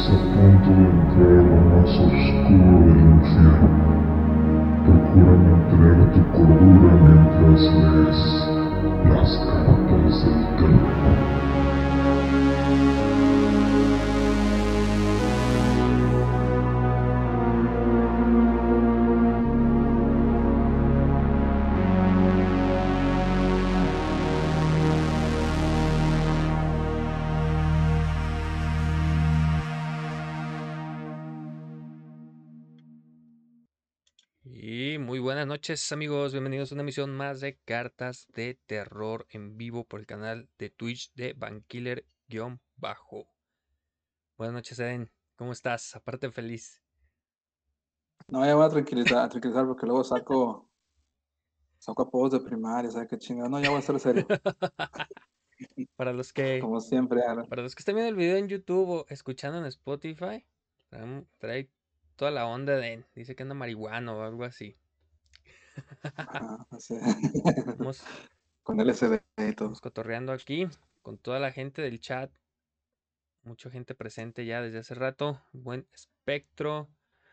Estás a punto de entrar a lo más oscuro del infierno. Procura mantener tu cordura mientras lees las cartas del terror. Y muy buenas noches, amigos, bienvenidos a una emisión más de Cartas de Terror en vivo por el canal de Twitch de Vankiller-bajo. Buenas noches, Eden, ¿cómo estás? Aparte feliz. No, ya voy a tranquilizar porque luego saco apodos de primaria, ¿sabes qué chingada? No, ya voy a estar serio, Para los que, como siempre. para los que están viendo el video en YouTube o escuchando en Spotify, trae toda la onda de, dice que anda marihuano o algo así. Ajá, así. Vamos, Con LSD y todo. vamos cotorreando aquí con toda la gente del chat, mucha gente presente ya desde hace rato, buen espectro.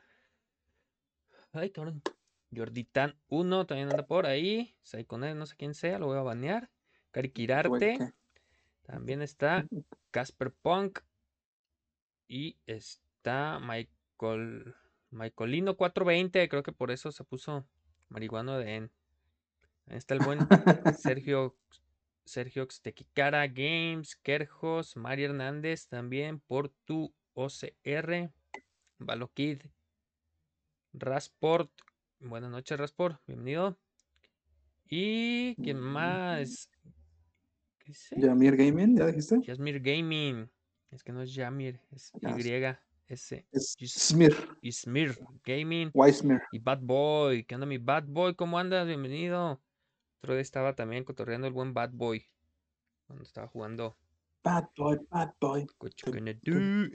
Ay, cabrón. Jorditan 1 también anda por ahí. Saikonel, no sé quién sea, lo voy a banear. ¿Qué güey? Karikirarte. ¿Qué? También está Casper Punk. Y está Michaelino 420. Creo que por eso se puso marihuano de en. Ahí está el buen Sergio Xtequikara Games. Kerjos. Mari Hernández también por tu OCR. Valokid. Rasport. Buenas noches, Rasport. Bienvenido. ¿Y quién más? ¿Qué dice? Yamir Gaming, ¿ya dijiste? Yasmir Gaming. Es que no es Yamir, es YS. Es Smir, Ismir Gaming. Weismir. Y Bad Boy. ¿Qué onda, mi Bad Boy? ¿Cómo andas? Bienvenido. Otro día estaba también cotorreando el buen Bad Boy. Cuando estaba jugando. Bad boy, bad boy. What you gonna do?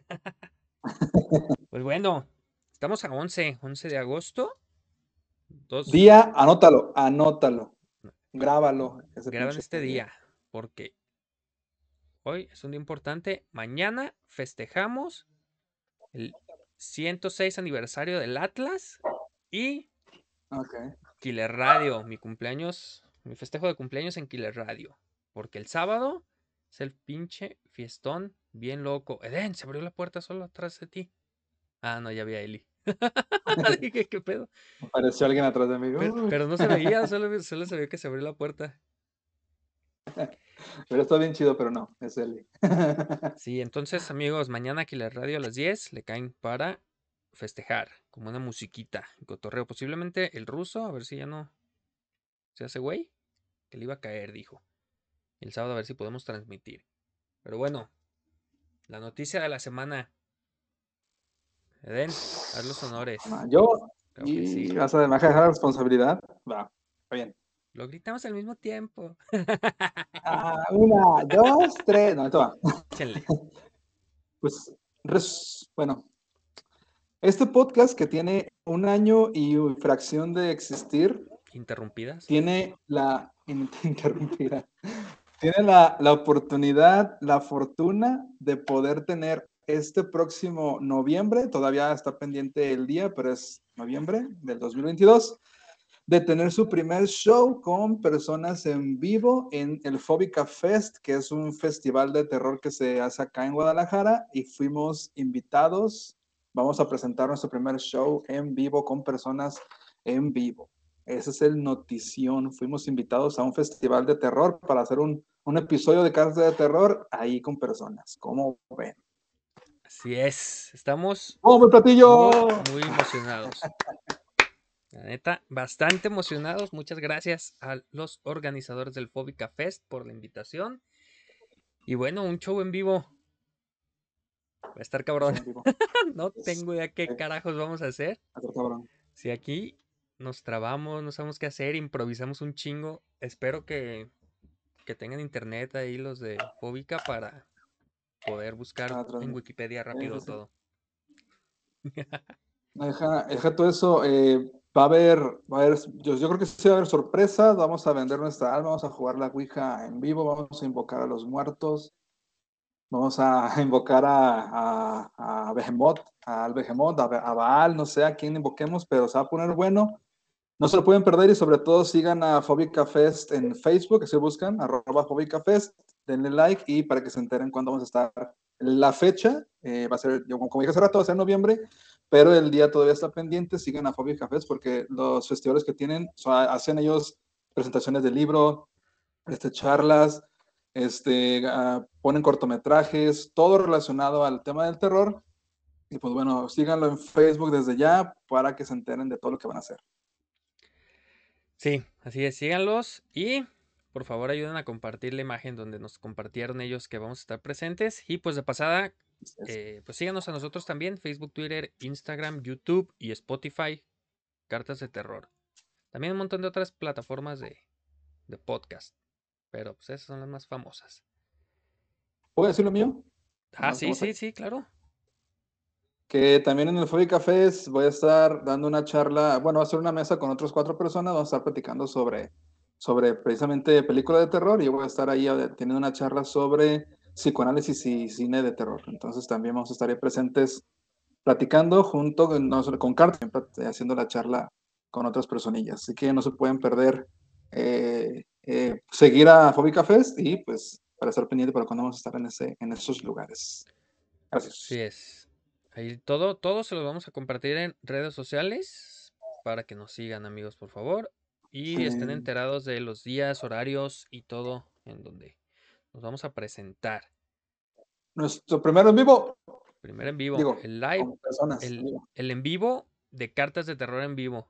Pues bueno, estamos a 11 de agosto. Día, anótalo. Grábalo, ese Graban pinche este día. día. Porque hoy es un día importante. Mañana festejamos el 106 aniversario del Atlas y Ok. Killer Radio, mi cumpleaños, mi festejo de cumpleaños en Killer Radio, porque el sábado es el pinche fiestón bien loco. Eden, se abrió la puerta solo atrás de ti. Ah, no, ya vi a Eli. Dije, ¿qué pedo? Apareció alguien atrás de mí. Pero no se veía, solo se veía que se abrió la puerta. Pero está bien chido, pero no, es Eli. Sí, entonces, amigos, mañana Killer Radio a las 10 le caen para festejar, como una musiquita, y cotorreo. Posiblemente el ruso, a ver si ya no se hace güey, que le iba a caer, dijo. Y el sábado a ver si podemos transmitir. Pero bueno, la noticia de la semana. Eden, haz los honores. Yo, Creo que sí. y me vas a dejar la responsabilidad. Va, está bien. Lo gritamos al mismo tiempo. Una, dos, tres. No, esto va. Échenle. Pues, bueno, este podcast que tiene un año y fracción de existir, Interrumpidas. tiene la interrumpida, tiene la oportunidad, la fortuna de poder tener este próximo noviembre, todavía está pendiente el día, pero es noviembre del 2022, de tener su primer show con personas en vivo en el Fóbica Fest, que es un festival de terror que se hace acá en Guadalajara, y fuimos invitados. Vamos a presentar nuestro primer show en vivo con personas en vivo. Ese es el notición. Fuimos invitados a un festival de terror para hacer un episodio de Cartas de Terror ahí con personas. ¿Cómo ven? Así es. Estamos ¡Oh, platillo! muy, muy emocionados. La neta, bastante emocionados. Muchas gracias a los organizadores del Fóbica Fest por la invitación. Y bueno, un show en vivo. Va a estar cabrón. No tengo idea qué carajos vamos a hacer. Si aquí nos trabamos, no sabemos qué hacer, improvisamos un chingo. Espero que tengan internet ahí los de Fóbica para poder buscar en Wikipedia rápido todo. Deja todo eso. Va a haber, yo creo que sí va a haber sorpresas. Vamos a vender nuestra alma, vamos a jugar la Ouija en vivo, vamos a invocar a los muertos. Vamos a invocar a Behemoth, al Behemoth, a Baal, no sé a quién invoquemos, pero se va a poner bueno. No se lo pueden perder y sobre todo sigan a Fóbica Fest en Facebook, que se buscan, @Fóbica Fest, denle like y para que se enteren cuándo vamos a estar. La fecha va a ser, como dije hace rato, va a ser en noviembre, pero el día todavía está pendiente. Sigan a Fóbica Fest porque los festivales que tienen, hacen ellos presentaciones de libro, charlas, ponen cortometrajes, todo relacionado al tema del terror. Y pues bueno, síganlo en Facebook desde ya para que se enteren de todo lo que van a hacer. Sí, así es, síganlos y por favor ayuden a compartir la imagen donde nos compartieron ellos que vamos a estar presentes. Y pues de pasada, pues síganos a nosotros también, Facebook, Twitter, Instagram, YouTube y Spotify, Cartas de Terror. También un montón de otras plataformas de podcast, pero pues esas son las más famosas. ¿Puedo decir lo mío? Sí, claro. Que también en el Fóbica Fest voy a estar dando una charla, bueno, va a ser una mesa con otras 4 personas, vamos a estar platicando sobre precisamente películas de terror y yo voy a estar ahí teniendo una charla sobre psicoanálisis y cine de terror. Entonces también vamos a estar ahí presentes platicando junto con Carter, haciendo la charla con otras personillas. Así que no se pueden perder seguir a Fóbica Fest y pues para estar pendiente para cuando vamos a estar en esos lugares. Gracias. Sí es. Ahí todo se lo vamos a compartir en redes sociales para que nos sigan, amigos, por favor. Y estén enterados de los días, horarios y todo en donde nos vamos a presentar. Nuestro primero en vivo. Primero en vivo, Digo, el live, con personas. el en vivo de Cartas de Terror en vivo.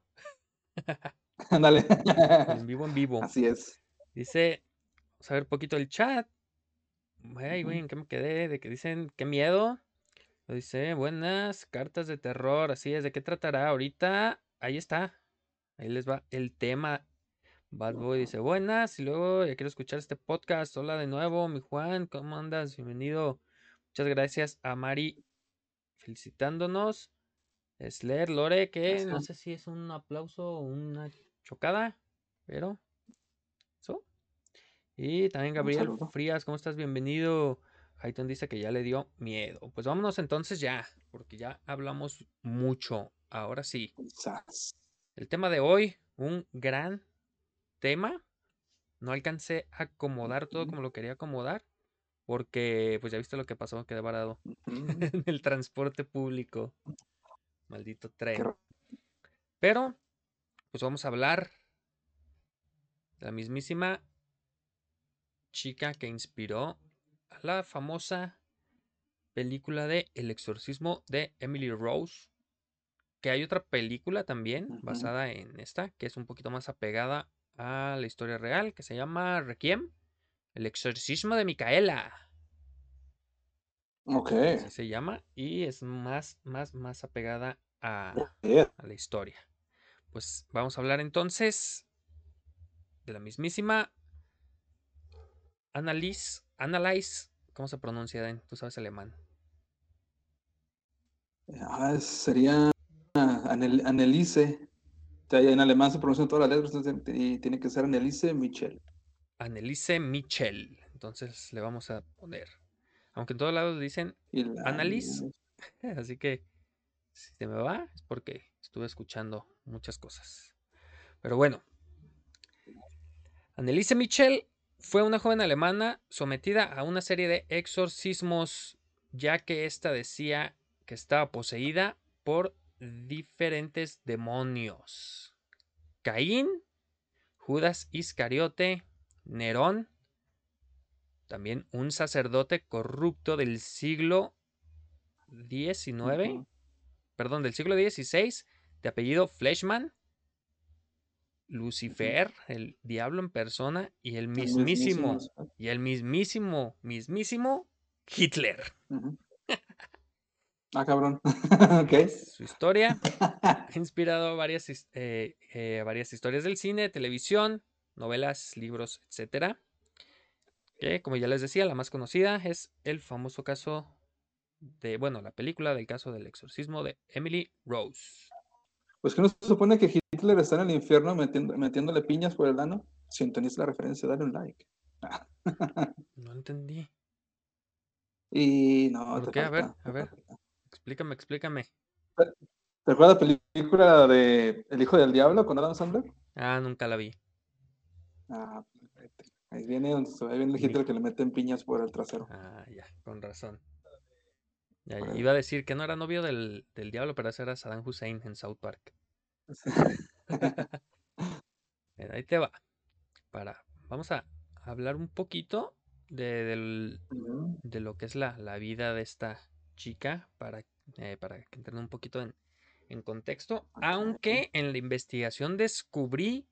Ándale. El en vivo. Así es. Dice, vamos a ver poquito el chat. Ay, güey, ¿en qué me quedé? De que dicen, qué miedo. Lo dice, buenas cartas de terror. Así es, ¿de qué tratará? Ahorita, ahí está. Ahí les va el tema. Bad Boy dice, buenas. Y luego, ya quiero escuchar este podcast. Hola de nuevo, mi Juan. ¿Cómo andas? Bienvenido. Muchas gracias a Mari felicitándonos. Sler, Lore, que no sé si es un aplauso o una chocada, pero eso. Y también Gabriel Frías, ¿cómo estás? Bienvenido. Hayton dice que ya le dio miedo. Pues vámonos entonces ya, porque ya hablamos mucho. Ahora sí. El tema de hoy, un gran tema. No alcancé a acomodar todo como lo quería acomodar, porque pues ya viste lo que pasó, quedé varado en el transporte público. Maldito tren. Pero, pues vamos a hablar de la mismísima chica que inspiró a la famosa película de El exorcismo de Emily Rose, que hay otra película también basada en esta, que es un poquito más apegada a la historia real, que se llama Requiem, El exorcismo de Micaela. Ok. Así se llama y es más apegada a la historia. Pues vamos a hablar entonces de la mismísima Anneliese, ¿cómo se pronuncia, Dan? Tú sabes alemán. Sería Anneliese. En alemán se pronuncian todas las letras y tiene que ser Anneliese Michel. Anneliese Michel. Entonces le vamos a poner. Aunque en todos lados dicen Anneliese. Así que si se me va es porque estuve escuchando muchas cosas. Pero bueno. Anneliese Michel fue una joven alemana sometida a una serie de exorcismos, ya que ésta decía que estaba poseída por diferentes demonios. Caín, Judas Iscariote, Nerón, también un sacerdote corrupto del siglo XIX, del siglo XVI, de apellido Fleischmann, Lucifer, el diablo en persona, y el mismísimo Hitler. Cabrón. Ok. Su historia ha inspirado a varias historias del cine, televisión, novelas, libros, etc. Que, como ya les decía, la más conocida es el famoso caso de, la película del caso del exorcismo de Emily Rose. Pues que no se supone que Hitler está en el infierno metiéndole piñas por el ano. Si entendiste la referencia, dale un like. No entendí. Y no, ¿Por te qué? falta, A te ver, falta. explícame. ¿Te acuerdas la película de El Hijo del Diablo con Adam Sandler? Ah, nunca la vi. Ah, perfecto. Ahí viene donde se ve bien el Ni- Hitler que le meten piñas por el trasero. Ah, ya, con razón. Ya, Por iba a el- decir que no era novio del diablo, pero ese era Saddam Hussein en South Park. Mira, ahí te va. Vamos a hablar un poquito Ujú. de lo que es la vida de esta chica para que entren un poquito en contexto. Ok. Aunque en la investigación descubrí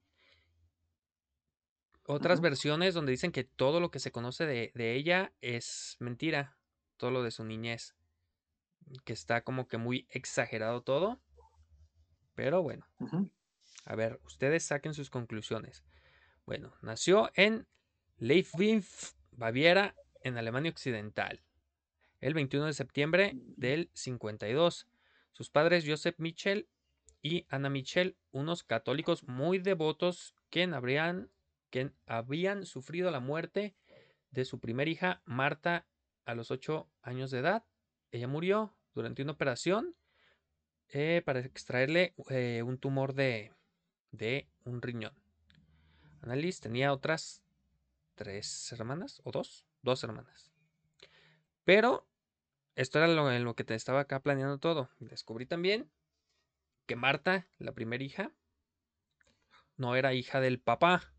otras Ujú. versiones donde dicen que todo lo que se conoce de ella es mentira, todo lo de su niñez, que está como que muy exagerado todo, pero bueno, Ujú. a ver, ustedes saquen sus conclusiones. Bueno, nació en Leibnitz, Baviera, en Alemania Occidental, el 21 de septiembre del 52. Sus padres Joseph Mitchell y Anna Mitchell, unos católicos muy devotos quien habían sufrido la muerte de su primera hija Marta a los 8 años de edad. Ella murió durante una operación para extraerle un tumor de un riñón. Annalise tenía otras tres hermanas o dos hermanas. Pero esto era en lo que te estaba acá planeando todo. Descubrí también que Marta, la primera hija, no era hija del papá,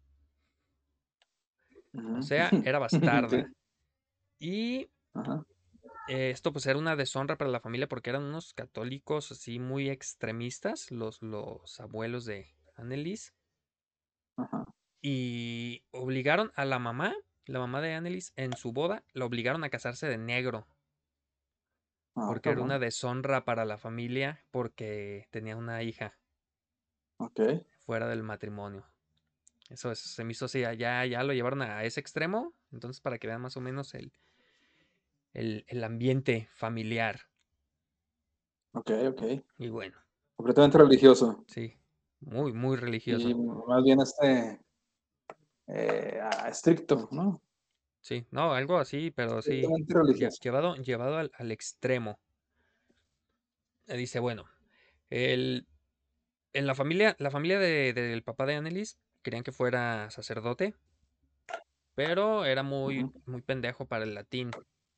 o Ujú. sea, era bastarda. Ok. Y Ajá. esto pues era una deshonra para la familia porque eran unos católicos así muy extremistas, los abuelos de Annelies, Ajá. y obligaron a la mamá de Annelies, en su boda, la obligaron a casarse de negro, Ah, porque era una cabrón. deshonra para la familia porque tenía una hija Ok. fuera del matrimonio. Se me hizo así, ya lo llevaron a ese extremo, entonces para que vean más o menos el ambiente familiar. Ok, ok. Y bueno, Completamente religioso. sí, muy, muy Y religioso. más bien estricto, ¿no? Sí, no, algo así, pero sí, Estrictamente religioso. llevado al extremo. Dice, bueno, el, en la familia del papá de Annelies querían que fuera sacerdote, pero era muy, Ujú. muy pendejo para el latín.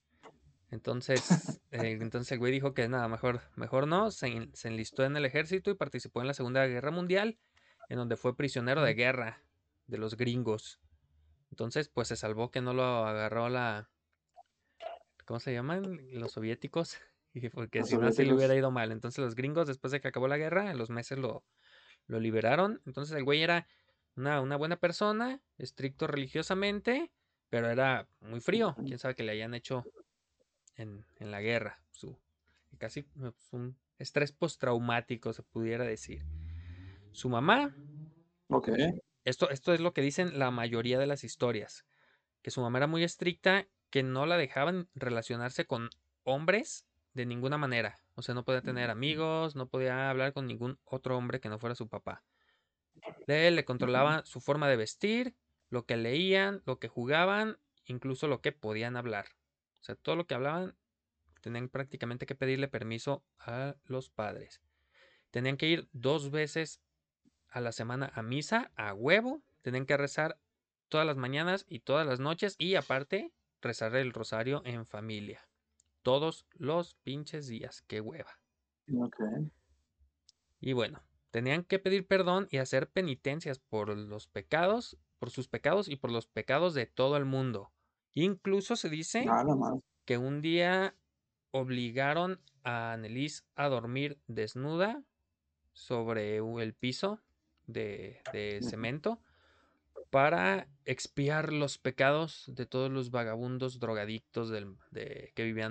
Entonces el güey dijo que nada, mejor no. Se enlistó en el ejército y participó en la Segunda Guerra Mundial, en donde fue prisionero de guerra de los gringos. Entonces, pues se salvó que no lo agarró ¿cómo se llaman? Los soviéticos. Y porque Los si no, así le hubiera soviéticos. ido mal. Entonces los gringos, después de que acabó la guerra, en los meses lo liberaron. Entonces el güey era una buena persona, estricto religiosamente, pero era muy frío. Ujú. Quién sabe qué le hayan hecho en la guerra. Casi un estrés postraumático, se pudiera decir. Su mamá, Ok. esto es lo que dicen la mayoría de las historias, que su mamá era muy estricta, que no la dejaban relacionarse con hombres de ninguna manera. O sea, no podía tener amigos, no podía hablar con ningún otro hombre que no fuera su papá. Le Ujú. controlaba su forma de vestir, lo que leían, lo que jugaban, incluso lo que podían hablar. O sea, todo lo que hablaban tenían prácticamente que pedirle permiso a los padres. Tenían que ir 2 veces a la semana a misa, a huevo. Tenían que rezar todas las mañanas y todas las noches. Y aparte, rezar el rosario en familia. Todos los pinches días. Qué hueva. Ok. Y bueno, tenían que pedir perdón y hacer penitencias por sus pecados y por los pecados de todo el mundo. Incluso se dice Nada más. que un día obligaron a Annelies a dormir desnuda sobre el piso de Ujú. cemento para expiar los pecados de todos los vagabundos drogadictos que vivían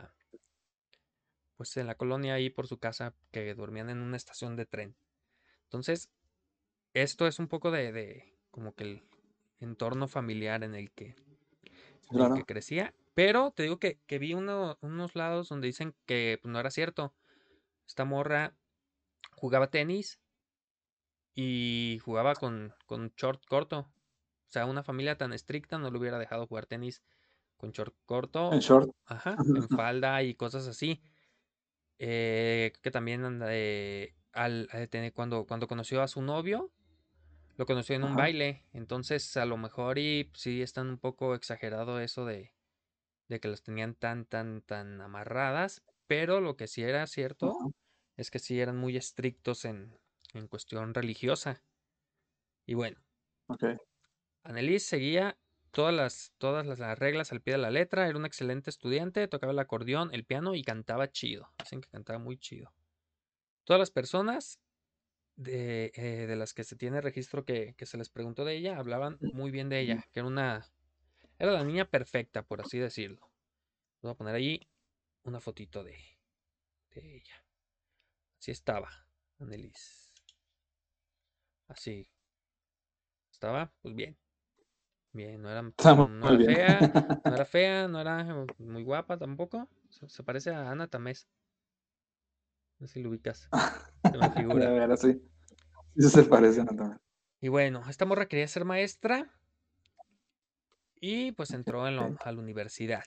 pues en la colonia ahí por su casa, que dormían en una estación de tren. Entonces, esto es un poco de como que el entorno familiar en el que Claro. crecía. Pero te digo que vi unos lados donde dicen que pues, no era cierto. Esta morra jugaba tenis y jugaba con short corto. O sea, una familia tan estricta no le hubiera dejado jugar tenis con short corto, En short. ajá, en falda y cosas así. Que también cuando conoció a su novio, lo conoció en un Ajá. baile. Entonces, a lo mejor y sí están un poco exagerado eso de que las tenían tan amarradas. Pero lo que sí era cierto Ajá. es que sí eran muy estrictos en cuestión religiosa. Y bueno, Ok. Annelies seguía todas las reglas al pie de la letra. Era un excelente estudiante, tocaba el acordeón, el piano y cantaba chido. Dicen que cantaba muy chido. Todas las personas de las que se tiene registro que se les preguntó de ella hablaban muy bien de ella, que era la niña perfecta, por así decirlo. Voy a poner ahí una fotito de ella. Así estaba, Annelies. Así estaba, pues bien. Bien, Está no muy era bien. fea, no era fea, no era muy guapa tampoco. Se parece a Ana Tamés. No sé si lo ubicas. Se me De figura. ver, así. Sí se parecen también. Y bueno, esta morra quería ser maestra y pues entró Ok. a la universidad.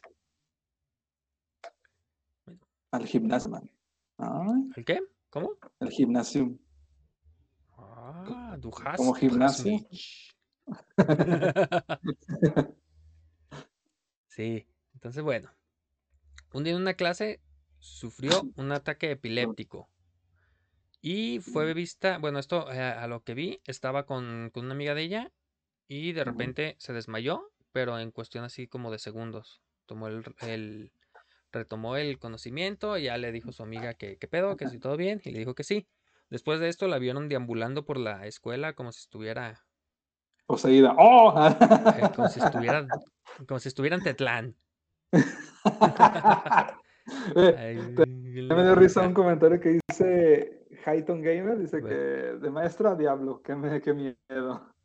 Bueno, Al gimnasio, man. Ay, ¿el qué? ¿Cómo? el gimnasio. Ah, Como du hast gimnasio. mich. Sí, entonces bueno, un día en una clase sufrió un ataque epiléptico y fue vista, bueno, esto a lo que vi, estaba con una amiga de ella y de Ujú. repente se desmayó, pero en cuestión así como de segundos. Retomó el conocimiento y ya le dijo a su amiga que qué pedo, que si todo bien, y le dijo que sí. Después de esto la vieron deambulando por la escuela Poseída. ¡Oh! como si estuviera, como si estuviera en Tetlán. Eh, Ahí Me en dio la risa un cara. comentario que dice Highton Gamer, A dice que ver. de maestro a diablo, qué miedo.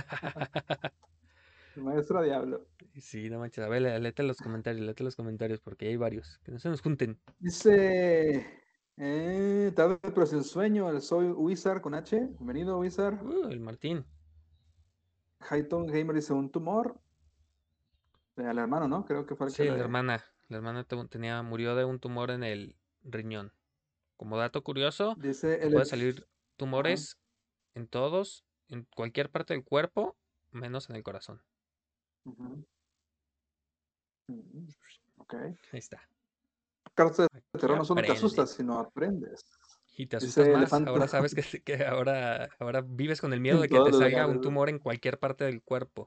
De maestro a diablo. Sí, no manches. A ver, léete los comentarios, porque hay varios. Que no se nos junten. Dice, tarde pero sin sueño, el soy Wizard con H. Bienvenido, Wizard. El Martín. Highton Gamer dice un tumor. Al hermano, ¿no? Creo que fue el que Sí, la le... hermana. La hermana murió de un tumor en el riñón. Como dato curioso, Dice te el... puede salir Ajá. tumores en cualquier parte del cuerpo, menos en el corazón. Ujú, ujú. Ok. Ahí está. Cartas de terror Aquí no solo te aprenden. asustas, sino aprendes. Y te asustas Dice más. Elefante Ahora sabes que ahora vives con el miedo en de que todos te los salga lugares. un tumor en cualquier parte del cuerpo.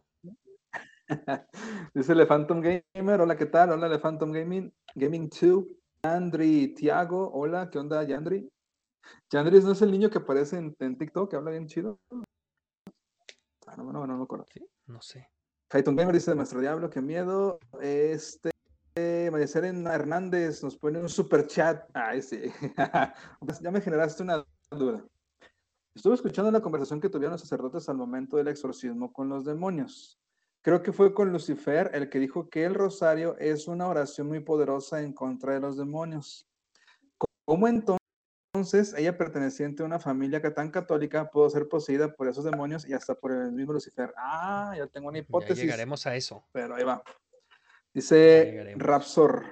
Dice Elefantum Gamer, hola, ¿qué tal? Hola, Elefantum Gaming, Gaming 2. Yandri Tiago, hola, ¿qué onda, Yandri? Yandri no es el niño que aparece en TikTok, que habla bien chido. Ah, no me acuerdo. ¿Sí? No sé. Hayton Gamer dice, Maestro Diablo, qué miedo. Mariseren Hernández nos pone un super chat. Ay, sí. Ya me generaste una duda. Estuve escuchando la conversación que tuvieron los sacerdotes al momento del exorcismo con los demonios. Creo que fue con Lucifer el que dijo que el rosario es una oración muy poderosa en contra de los demonios. ¿Cómo entonces ella perteneciente a una familia tan católica pudo ser poseída por esos demonios y hasta por el mismo Lucifer? Ah, ya tengo una Ya hipótesis, llegaremos a eso. pero ahí va. Ya Dice llegaremos. Rapsor.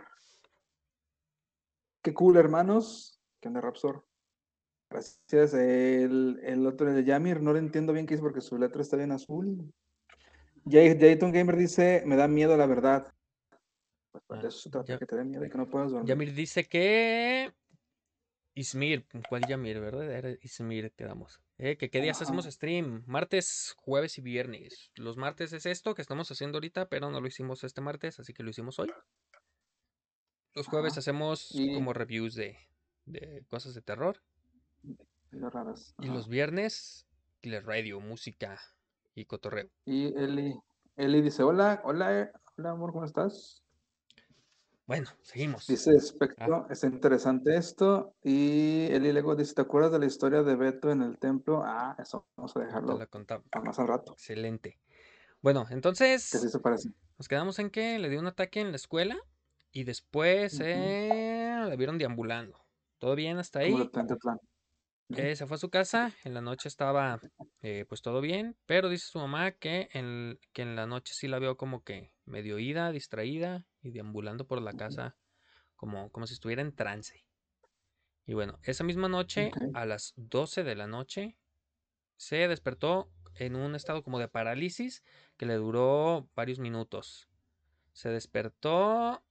Qué cool, hermanos. ¿Qué onda, Rapsor? Gracias. El otro, el de Yamir, no lo entiendo bien qué dice porque su letra está bien azul. Jayton Gamer dice, me da miedo la verdad. Pues de Ah, eso se trata, que te dé miedo y que no puedas dormir. Yamir dice que Ismir, ¿cuál Yamir, verdad? Era Ismir, quedamos. Que qué días Ajá. hacemos stream, martes, jueves y viernes. Los martes es esto que estamos haciendo ahorita, pero no lo hicimos este martes, así que lo hicimos hoy. Los jueves Ajá. hacemos Y como reviews de cosas de terror. las raras. Y Ajá. los viernes, Killer Radio, música y cotorreo. Y Eli dice, hola, amor, ¿cómo estás? Bueno, seguimos. Dice Ah, Espectro, está interesante esto. Y Eli luego dice, ¿te acuerdas de la historia de Beto en el templo? Ah, eso vamos a ahorita la dejarlo contamos. para más al rato, Excelente. Bueno, que sí entonces se parece. nos quedamos en que le dio un ataque en la escuela y después Ujú. la vieron deambulando. ¿Todo bien hasta Como ahí? de Tente Plan. Se fue a su casa, en la noche estaba pues todo bien, pero dice su mamá que en la noche sí la vio como que medio ida, distraída y deambulando por la casa como si estuviera en trance. Y bueno, esa misma noche, Ok. a las 12 de la noche, se despertó en un estado como de parálisis que le duró varios minutos. Se despertó,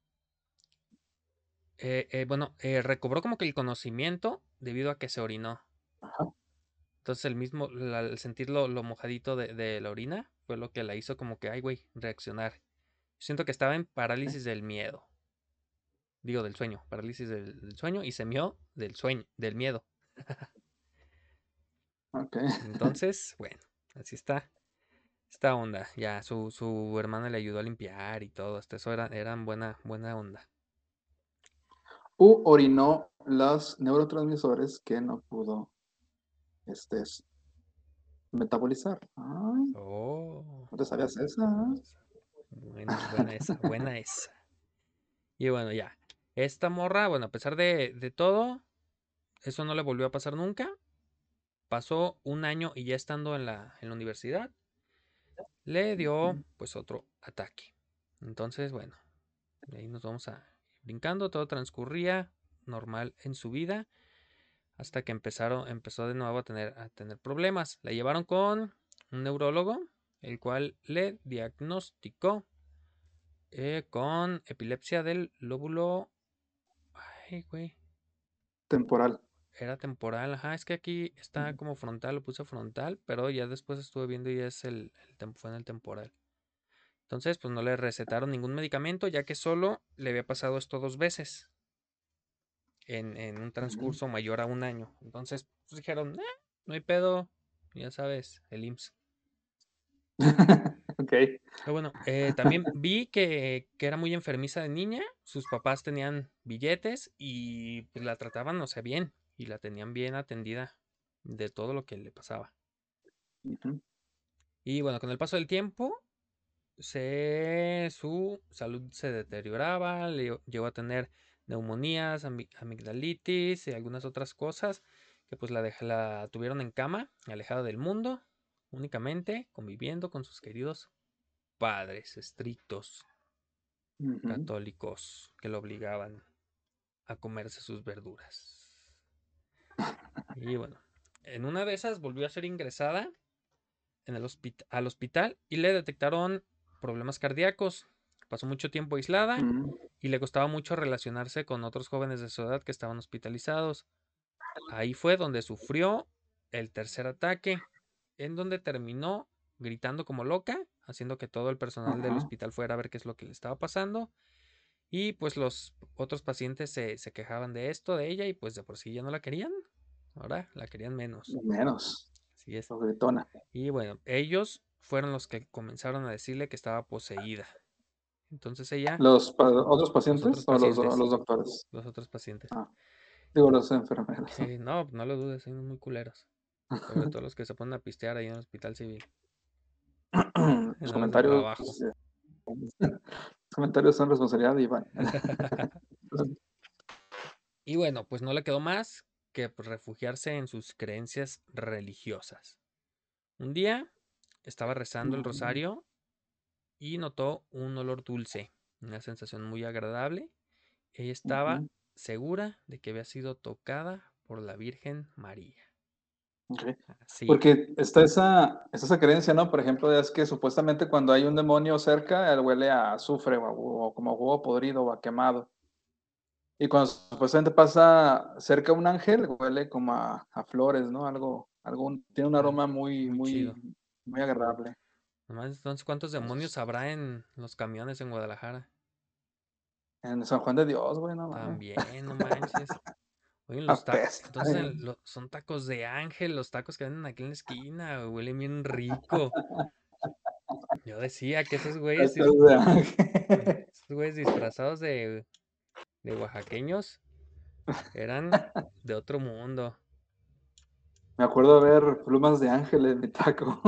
recobró como que el conocimiento debido a que se orinó. Ajá. Entonces al sentir lo mojadito de la orina, fue lo que la hizo como que, ay, güey, reaccionar. Siento que estaba en parálisis del miedo. Digo, del sueño, parálisis del sueño y se mió del sueño, del miedo. Ok. Entonces, bueno, así está esta onda. Ya su hermana le ayudó a limpiar y todo. Hasta eso eran buena onda. Orinó los neurotransmisores que no pudo este, metabolizar. Ay, Oh, ¿no te sabías esa? buena esa, buena esa. Y bueno, ya. Esta morra, bueno, a pesar de todo, eso no le volvió a pasar nunca. Pasó un año y ya estando en la universidad, le dio pues otro ataque. Entonces, bueno, de ahí nos vamos a brincando, todo transcurría normal en su vida hasta que empezó de nuevo a tener problemas. La llevaron con un neurólogo, el cual le diagnosticó con epilepsia del lóbulo. Ay, güey. Temporal. Era temporal, ajá, es que aquí está como frontal, lo puse frontal, pero ya después estuve viendo y es fue en el temporal. Entonces, pues no le recetaron ningún medicamento, ya que solo le había pasado esto 2 veces en un Ujú. transcurso mayor a un año. Entonces, pues dijeron, no hay pedo, ya sabes, el IMSS. Ok. Pero bueno, también vi que era muy enfermiza de niña, sus papás tenían billetes y pues la trataban, o sea, bien, y la tenían bien atendida de todo lo que le pasaba. Ujú. Y bueno, con el paso del tiempo, su salud se deterioraba, llegó a tener neumonías, amigdalitis y algunas otras cosas que pues la tuvieron en cama, alejada del mundo, únicamente conviviendo con sus queridos padres estrictos, Ujú. católicos, que lo obligaban a comerse sus verduras. Y bueno, en una de esas volvió a ser ingresada al hospital y le detectaron problemas cardíacos. Pasó mucho tiempo aislada Ujú. y le costaba mucho relacionarse con otros jóvenes de su edad que estaban hospitalizados. Ahí fue donde sufrió el tercer ataque, en donde terminó gritando como loca, haciendo que todo el personal del Ajá. hospital fuera a ver qué es lo que le estaba pasando. Y pues los otros pacientes se quejaban de esto, de ella, y pues de por sí ya no la querían. Ahora la querían menos. Menos. Así es. Gritona. Y bueno, ellos fueron los que comenzaron a decirle que estaba poseída. Entonces ella, ¿Otros los otros pacientes o pacientes, los doctores? los otros pacientes. Ah, digo, los enfermeros. No lo dudes, son muy culeros. Sobre todo los que se ponen a pistear ahí en el hospital civil, en Los horas de comentarios, trabajo. los comentarios son responsabilidad de Iván. Y bueno, pues no le quedó más que pues, refugiarse en sus creencias religiosas. Un día estaba rezando el Ujú. rosario y notó un olor dulce, una sensación muy agradable. Ella estaba Ujú. segura de que había sido tocada por la Virgen María. Ok. Así, Porque está esa creencia, ¿no? Por ejemplo, es que supuestamente cuando hay un demonio cerca, él huele a azufre o como a huevo podrido o a quemado. Y cuando supuestamente pasa cerca un ángel, huele como a flores, ¿no? Tiene un algo aroma muy, muy chido. muy, muy agradable. Nomás entonces, ¿cuántos demonios habrá en los camiones en Guadalajara? En San Juan de Dios, güey, no mames. También, no manches. Oye, Apesta. entonces son tacos de ángel, los tacos que venden aquí en la esquina, huelen bien rico. Yo decía que Tacos de ángel. esos güeyes disfrazados de oaxaqueños eran de otro mundo. Me acuerdo de ver plumas de ángel en mi taco.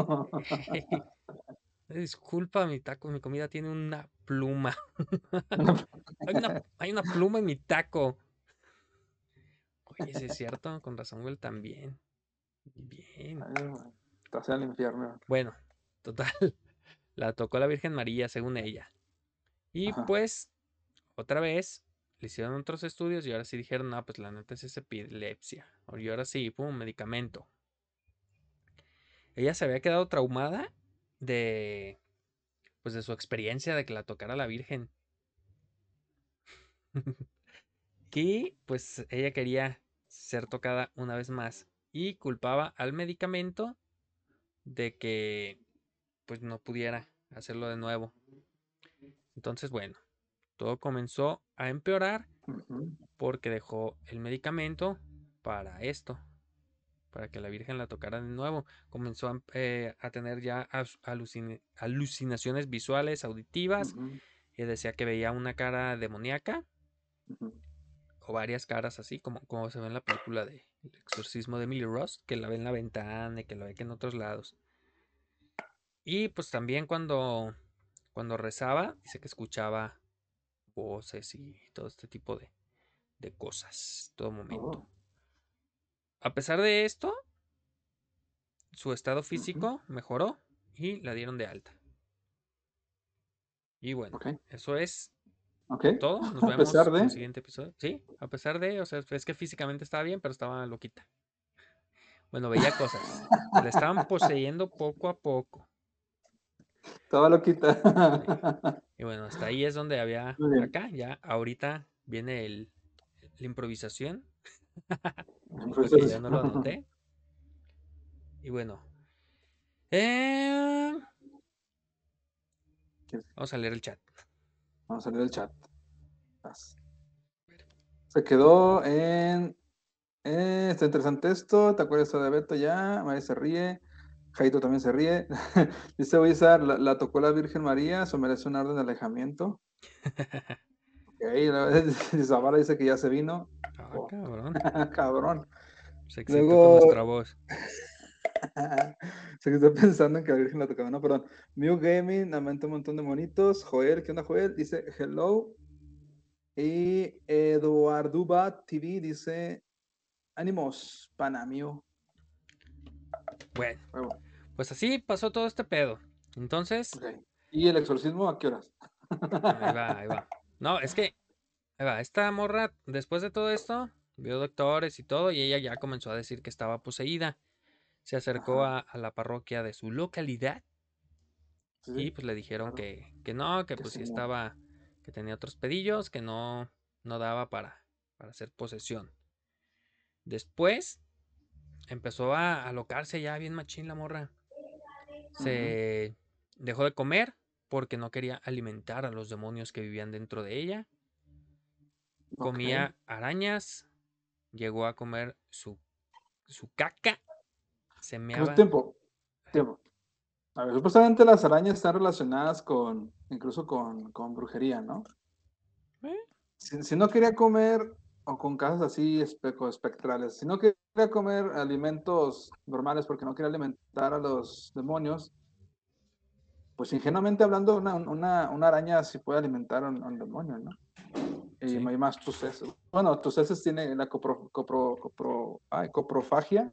Disculpa, mi taco, mi comida tiene una pluma. Hay una pluma en mi taco. Oye, sí es cierto, con razón, güey, también. Bien. Ay, güey, estás en el infierno. Bueno, total, la tocó la Virgen María, según ella. Y Ajá. pues, otra vez, le hicieron otros estudios y ahora sí dijeron, no, pues la neta es epilepsia. Y ahora sí, pum, medicamento. Ella se había quedado traumada de, pues de su experiencia de que la tocara la Virgen. Que pues ella quería ser tocada una vez más y culpaba al medicamento de que pues no pudiera hacerlo de nuevo. Entonces, bueno, todo comenzó a empeorar Ujú, porque dejó el medicamento para esto, para que la Virgen la tocara de nuevo. Comenzó a tener ya alucinaciones visuales, auditivas, ujú, y decía que veía una cara demoníaca ujú. o varias caras así, como se ve en la película de El exorcismo de Emily Ross, que la ve en la ventana y que la ve que en otros lados. Y pues también cuando rezaba, dice que escuchaba voces y todo este tipo de cosas, todo momento. Oh, A pesar de esto, su estado ujú. físico mejoró y la dieron de alta. Y bueno, Ok, eso es ok. todo. Nos A vemos pesar en el de, siguiente episodio. Sí, a pesar de, o sea, es que físicamente estaba bien, pero estaba loquita. Bueno, veía cosas. Le estaban poseyendo poco a poco. estaba loquita. Sí. Y bueno, hasta ahí es donde había Muy bien. acá. Ya ahorita viene la improvisación, porque ya Entonces, no lo anoté. Y bueno, eh, vamos a leer el chat. vamos a leer el chat. Se quedó en. Está interesante esto. ¿Te acuerdas de Beto ya? María se ríe. Jaito también se ríe. Dice Wizard, la tocó la Virgen María, eso merece un orden de alejamiento. Ok, Zavala dice que ya se vino. Ah, Oh, cabrón. cabrón. Se excitó con Luego, nuestra voz. sé que estoy pensando en que la Virgen la tocaba, no, perdón. Mew Gaming, lamento un montón de monitos. Joel, ¿qué onda, Joel? Dice hello. Y Eduarduba TV dice ánimos, Panamio. Bueno, Huevo. pues así pasó todo este pedo. Entonces, Ok. ¿Y el exorcismo a qué horas? ahí va, ahí va. No, es que, ahí va, esta morra, después de todo esto, vio doctores y todo, y ella ya comenzó a decir que estaba poseída. Se acercó Ajá. a la parroquia de su localidad Sí, y sí, pues le dijeron claro. que no, que Que pues sí, sí no. estaba, que tenía otros pedillos, que no daba para hacer posesión. Después empezó a alocarse ya bien machín la morra. Ujú. Se dejó de comer porque no quería alimentar a los demonios que vivían dentro de ella. Ok. Comía arañas, llegó a comer su caca, se Pues, meaba. tiempo, tiempo. A ver, supuestamente las arañas están relacionadas incluso con brujería, ¿no? ¿Eh? Si no quería comer, o con casas así espectrales, si no quería comer alimentos normales porque no quería alimentar a los demonios, pues ingenuamente hablando, una araña sí puede alimentar a un demonio, ¿no? Y Sí, más tus heces. Bueno, tus heces tienen la coprofagia,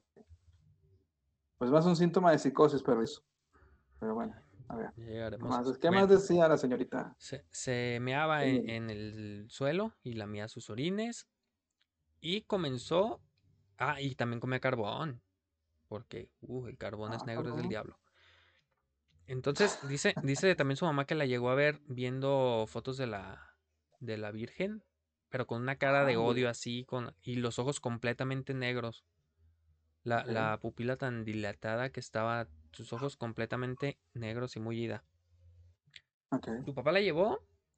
pues más un síntoma de psicosis, pero eso. Pero bueno, a ver. ya ¿Qué llegaremos a más, eso. qué Bueno, más decía la señorita? se meaba en el suelo y lamía sus orines y comenzó. Ah, y también comía carbón, porque el carbón es Ah, negro, es del cabrón. diablo. Entonces, dice también su mamá que la llegó a ver viendo fotos de la Virgen, pero con una cara Ajá, de odio así, y los ojos completamente negros. La, ok, la pupila tan dilatada que estaba, sus ojos completamente negros y muy ida. ok. Su papá la llevó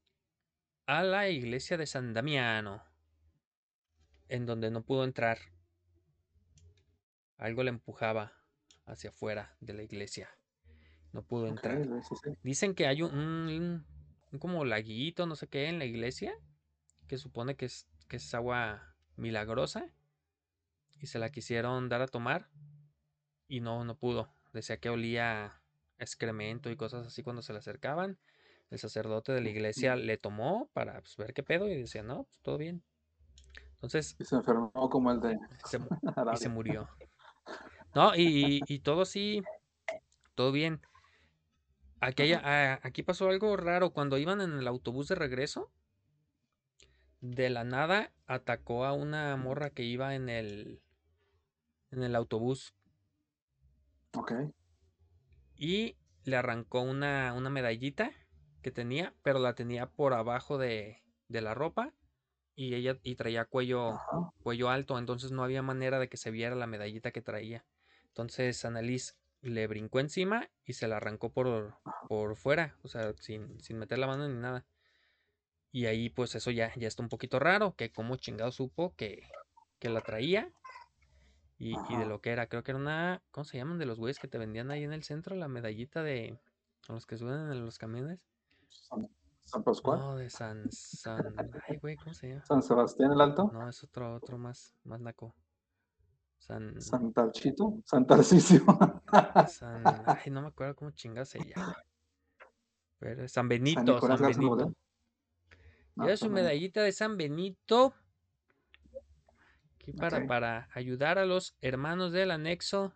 a la iglesia de San Damiano, en donde no pudo entrar. Algo le empujaba hacia afuera de la iglesia. No pudo Ok, entrar. sí, sí. Dicen que hay un como laguito, no sé qué, en la iglesia, que supone que es agua milagrosa, y se la quisieron dar a tomar, y no pudo. Decía que olía a excremento y cosas así cuando se le acercaban. El sacerdote de la iglesia Ujú. le tomó para pues, ver qué pedo y decía, no, pues todo bien. Entonces, Y se enfermó como el de se, mu- y se Arabia. murió. No, y todo sí, todo bien. Ajá. Aquí pasó algo raro. Cuando iban en el autobús de regreso, de la nada atacó a una morra que iba en el autobús Ok. y le arrancó una medallita que tenía, pero la tenía por abajo de la ropa y ella traía Ajá. cuello alto, entonces no había manera de que se viera la medallita que traía. Entonces Annalise le brincó encima y se la arrancó por fuera, o sea, sin meter la mano ni nada. Y ahí pues eso ya está un poquito raro, que como chingado supo que la traía y de Ajá. lo que era. Creo que era una, ¿cómo se llaman? De los güeyes que te vendían ahí en el centro, la medallita de a los que suben en los camiones. San, San Pascual. No, de ay, güey, ¿cómo se llama? San Sebastián el Alto. No, es otro más naco. San, San Tarchito. San Tarcisio. ay, no me acuerdo cómo chingado se llama. Pero es San San Benito, Nicolás San Garza Loredo. Benito. No, Lleva su San Benito. medallita de San Benito aquí Ok. para ayudar a los hermanos del anexo.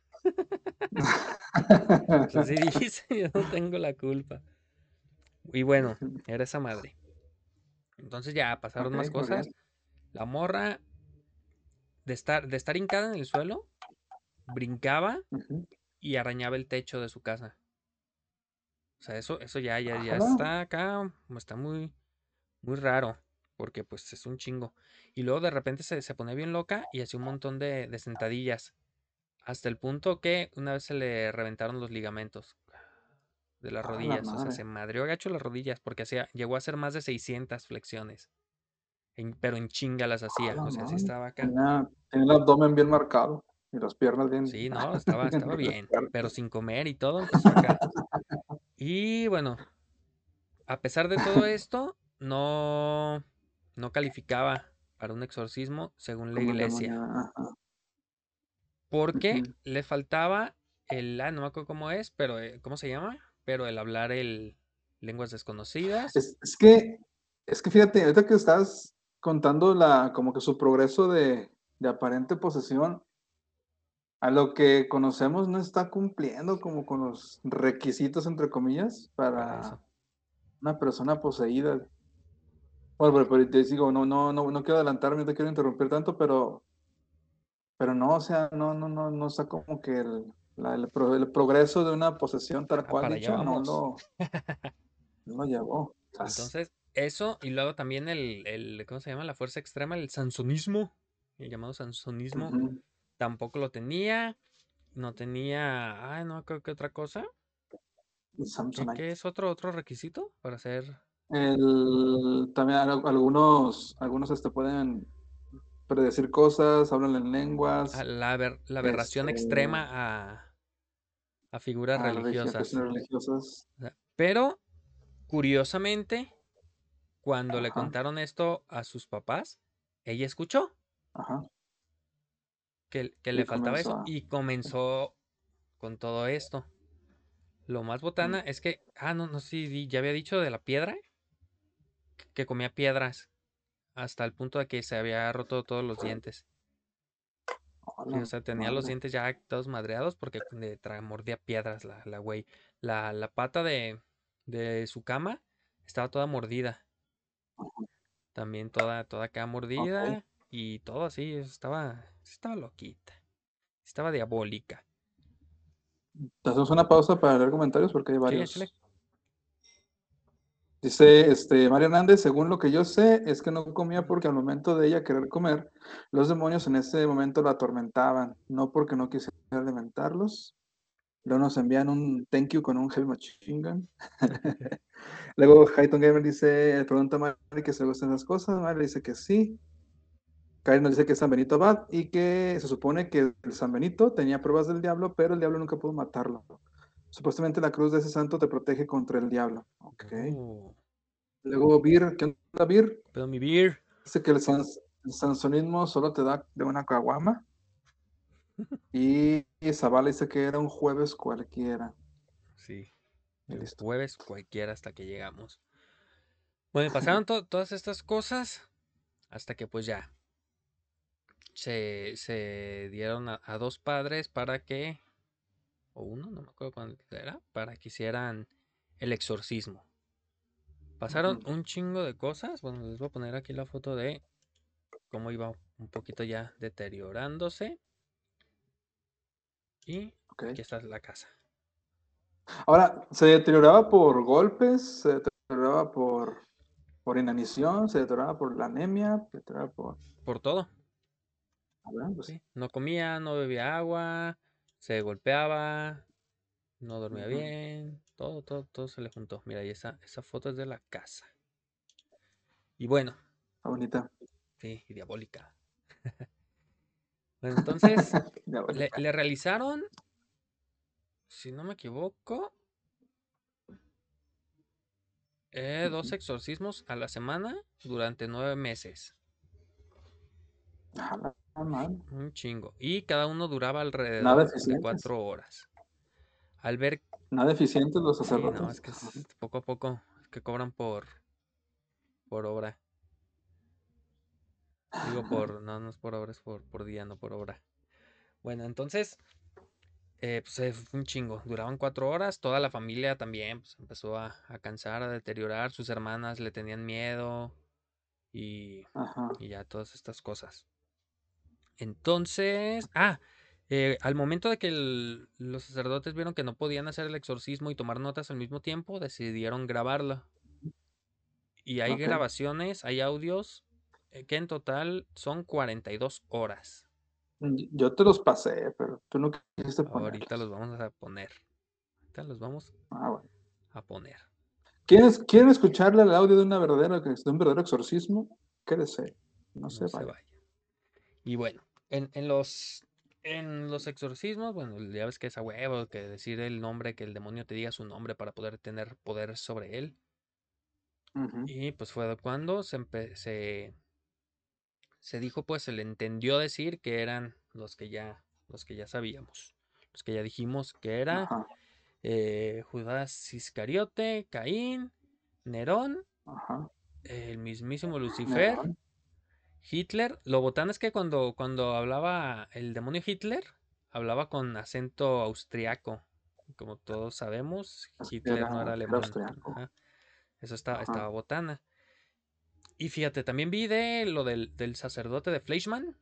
Pues así dice, yo no tengo la culpa. Y bueno, era esa madre. Entonces ya pasaron Ok, más muy bien. cosas. La morra, de estar hincada en el suelo, brincaba Ujú. y arañaba el techo de su casa. O sea, eso ya Ojalá. está acá, está muy, muy raro, porque pues es un chingo. Y luego de repente se pone bien loca y hacía un montón de sentadillas, hasta el punto que una vez se le reventaron los ligamentos de las A la rodillas. O sea, madre. se madreó gacho las rodillas porque llegó a hacer más de 600 flexiones. Pero en chinga las A hacía. la O sea, sí madre. estaba acá. Tiene el abdomen bien marcado y las piernas bien, Sí, no, estaba bien bien. Pero fuertes. sin comer y todo, empezó acá. Y bueno, a pesar de todo esto, no calificaba para un exorcismo según la Como iglesia. endemoniada. Ajá. Porque Ujú. le faltaba no me acuerdo cómo es, pero ¿cómo se llama? Pero el hablar lenguas desconocidas. Es, es que, es que fíjate, ahorita que estás contando como que su progreso de aparente posesión, a lo que conocemos no está cumpliendo como con los requisitos, entre comillas, Para eso. para una persona poseída. Bueno, pero te digo, no quiero adelantarme, no te quiero interrumpir tanto, pero no, o sea, no está como que el progreso de una posesión tal cual Para allá dicha, vamos. no lo llevó. Entonces, eso, y luego también ¿cómo se llama? La fuerza extrema, el sansonismo, el llamado sansonismo, Ujú. tampoco lo tenía. No tenía, no creo que otra cosa. ¿Qué Samsonite. es otro requisito para ser También algunos pueden predecir cosas, hablan en lenguas, la aberración este, extrema a figuras religiosas? cuestiones religiosas. O sea, pero, curiosamente, cuando le Ajá, contaron esto a sus papás, ella escuchó ajá. que Y le faltaba comenzó eso a. y comenzó con todo esto. Lo más Mm, botana es que, no sé si ya había dicho de la piedra, que comía piedras hasta el punto de que se había roto todos los dientes. a Sí, la o sea, tenía los madre. dientes ya todos madreados porque mordía piedras la güey. La pata de su cama estaba toda mordida. También toda acá Ok. mordida y todo así. Estaba loquita. Estaba diabólica. Te hacemos una pausa para leer comentarios porque hay Sí, échale. varios. Dice Mario Hernández, según lo que yo sé, es que no comía porque al momento de ella querer comer, los demonios en ese momento la atormentaban, no porque no quisiera alimentarlos. Luego nos envían un thank you con un heavy machine gun. Luego Hyton Gamer dice, pregunta a Mari que se le gustan las cosas. Mari dice que sí. Karen nos dice que es San Benito Abad y que se supone que el San Benito tenía pruebas del diablo, pero el diablo nunca pudo matarlo. Supuestamente la cruz de ese santo te protege contra el diablo. Ok. Oh, Luego Bir, ¿qué onda Bir? pero mi beer. Dice que el sansonismo solo te da de una caguama. Y Zavala dice que era un jueves cualquiera. Sí, Y el listo. jueves cualquiera hasta que llegamos. Bueno, pasaron todas estas cosas hasta que pues ya. se dieron a dos padres para que, o uno, no me acuerdo cuándo era, para que hicieran el exorcismo. Pasaron Ujú. un chingo de cosas. Bueno, les voy a poner aquí la foto de cómo iba un poquito ya deteriorándose. Y Ok. aquí está la casa. Ahora, ¿se deterioraba por golpes? ¿Se deterioraba por inanición? ¿Se deterioraba por la anemia? ¿Se deterioraba por...? Por todo. A ver, pues, ¿Sí? No comía, no bebía agua, se golpeaba, no dormía ujú. bien. Todo se le juntó. Mira, y esa foto es de la casa. Y bueno, Está bonita. sí, y diabólica. Bueno, entonces Diabólica. le realizaron, si no me equivoco, dos Ujú. exorcismos a la semana durante 9 meses. Ah, la madre. Un chingo. Y cada uno duraba Nada alrededor de eficientes. 4 horas. Al ver, Nada eficientes los sí, no, es sacerdotes. que es poco a poco, es que cobran por obra. Digo no es por obra, es por día, no por obra. Bueno, entonces, pues fue un chingo. Duraban 4 horas. Toda la familia también pues, empezó a cansar, a deteriorar. Sus hermanas le tenían miedo y, Ajá. y ya todas estas cosas. Entonces, al momento de que los sacerdotes vieron que no podían hacer el exorcismo y tomar notas al mismo tiempo, decidieron grabarlo. Y hay Ok. grabaciones, hay audios, que en total son 42 horas. Yo te los pasé, pero tú no quisiste Ahorita ponerlos. los vamos a poner. Ahorita los vamos Ah, bueno. a poner. ¿Quieren escucharle el audio de de un verdadero exorcismo? Quédese. No No se se vaya. vaya. Y bueno, en los exorcismos, bueno, ya ves que es a huevo, que decir el nombre, que el demonio te diga su nombre para poder tener poder sobre él. Ujú. Y pues fue cuando se dijo, pues se le entendió decir que eran los que ya sabíamos. Los que ya dijimos que era Ajá. Judas Iscariote, Caín, Nerón, Ajá. el mismísimo Lucifer, Nerón. Hitler. Lo botán es que cuando hablaba el demonio Hitler, hablaba con acento austriaco. Como todos sabemos, Así que Hitler no era era alemán. austriaco. Ajá. Eso Ajá. estaba botana. Y fíjate, también vi de lo del sacerdote de Fleischmann,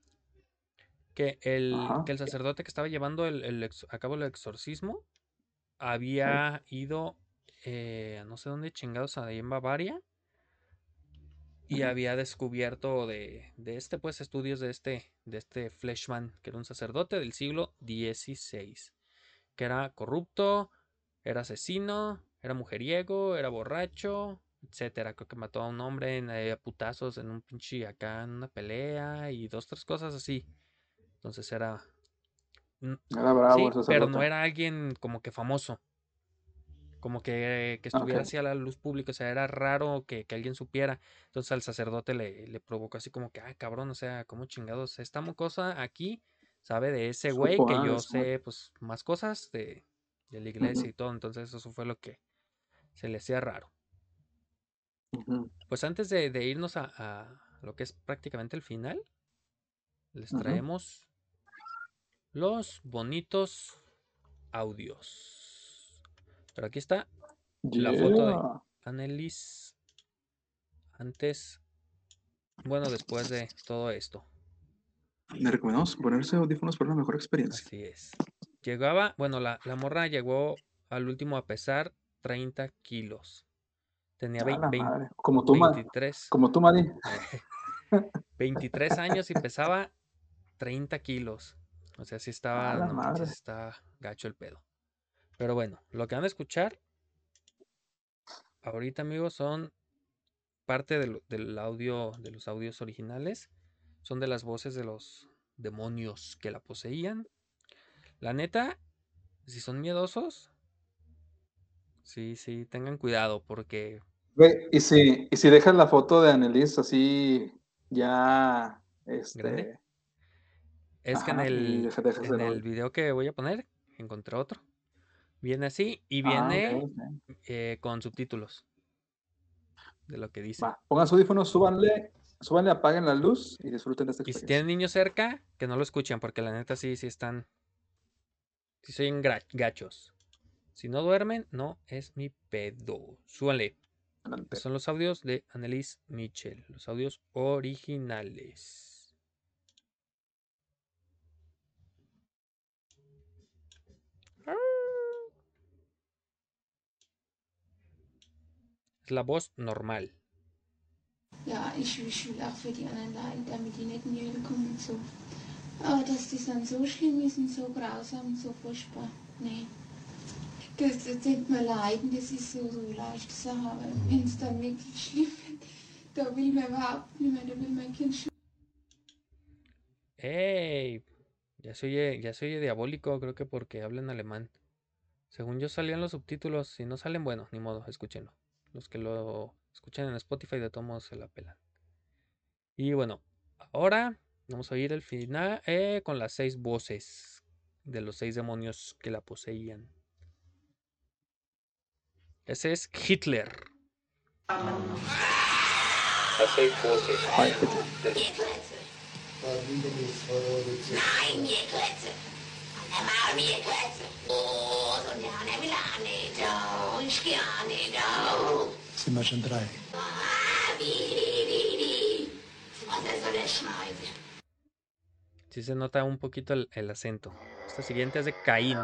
que Ajá. el sacerdote que estaba llevando a cabo el exorcismo Sí. había ido a no sé dónde chingados, ahí en Bavaria, y Ujú. había descubierto pues, estudios de este Fleischmann, que era un sacerdote del siglo XVI, que era corrupto, era asesino, era mujeriego, era borracho, etcétera. Creo que mató a un hombre a putazos en un pinche acá en una pelea y dos, tres cosas así. Entonces mm, Era bravo el sí, pero sacerdote. no era alguien como que famoso, como que Ok. estuviera así a la luz pública, o sea, era raro que alguien supiera. Entonces al sacerdote le provocó así como que, cabrón, o sea, ¿cómo chingados? Esta mocosa aquí sabe de ese güey Supo, que ah, yo sé, pues, más cosas de la iglesia Ujú. y todo. Entonces eso fue lo que se le hacía raro. Ujú. Pues antes de irnos a lo que es prácticamente el final, les Ujú. traemos los bonitos audios. Pero aquí está la foto de Yeah. Annelies antes, bueno, después de todo esto. Le recomendamos ponerse audífonos para una mejor experiencia. Así es. Llegaba, bueno, la morra llegó al último a pesar 30 kilos. Tenía A la madre. 23, Como tú, Mari. 23 años y pesaba 30 kilos. O sea, sí A estaba, la no manches, madre. estaba gacho el pedo. Pero bueno, lo que van a escuchar ahorita, amigos, son parte del audio, de los audios originales. Son de las voces de los demonios que la poseían. La neta, si son miedosos, sí, sí, tengan cuidado porque Ve, y si dejas la foto de Annelies así, ya, grande. Es que en ajá, y el, dejas en el el audio. video que voy a poner, encontré otro. Viene así y Ah, ok, viene ok. con subtítulos de lo que dice. Va, pongan sus audífonos, súbanle, súbanle, apaguen la luz y disfruten de esta Y si experiencia. tienen niños cerca, que no lo escuchen, porque la neta sí están. Sí soy gachos. Si no duermen, no es mi pedo. Súbanle. Adelante. Estos son los audios de Anneliese Michel. Los audios originales. Es la voz normal. Ja, ich will auch für die anderen leiden, damit die nicht in die Hölle kommen und so. Aber dass das dann so schlimm ist und so grausam und so furchtbar, nee. Das tut mir leiden, das ist so leicht zu sagen, aber wenn es dann wirklich schlimm wird, da will man überhaupt nicht mehr, da will mein Kind schon. ¡Ey! Ya se oye diabólico, creo que porque hablan alemán. Según yo salían los subtítulos. Si no salen, bueno, ni modo, escúchenlo. Los que lo escuchan en Spotify de todos modos se la pelan. Y bueno, ahora vamos a oír el final con las 6 voces de los 6 demonios que la poseían. Ese es Hitler. Las 6 voces. Ay, Nein, mir Klötze! Er war mir Klötze! Oh, so gerne will er nicht, oh, ich gerne, oh. Sind wir schon 3? Wie. Was ist so eine Schneide? Sí se nota un poquito el acento. Esta siguiente es de Caín.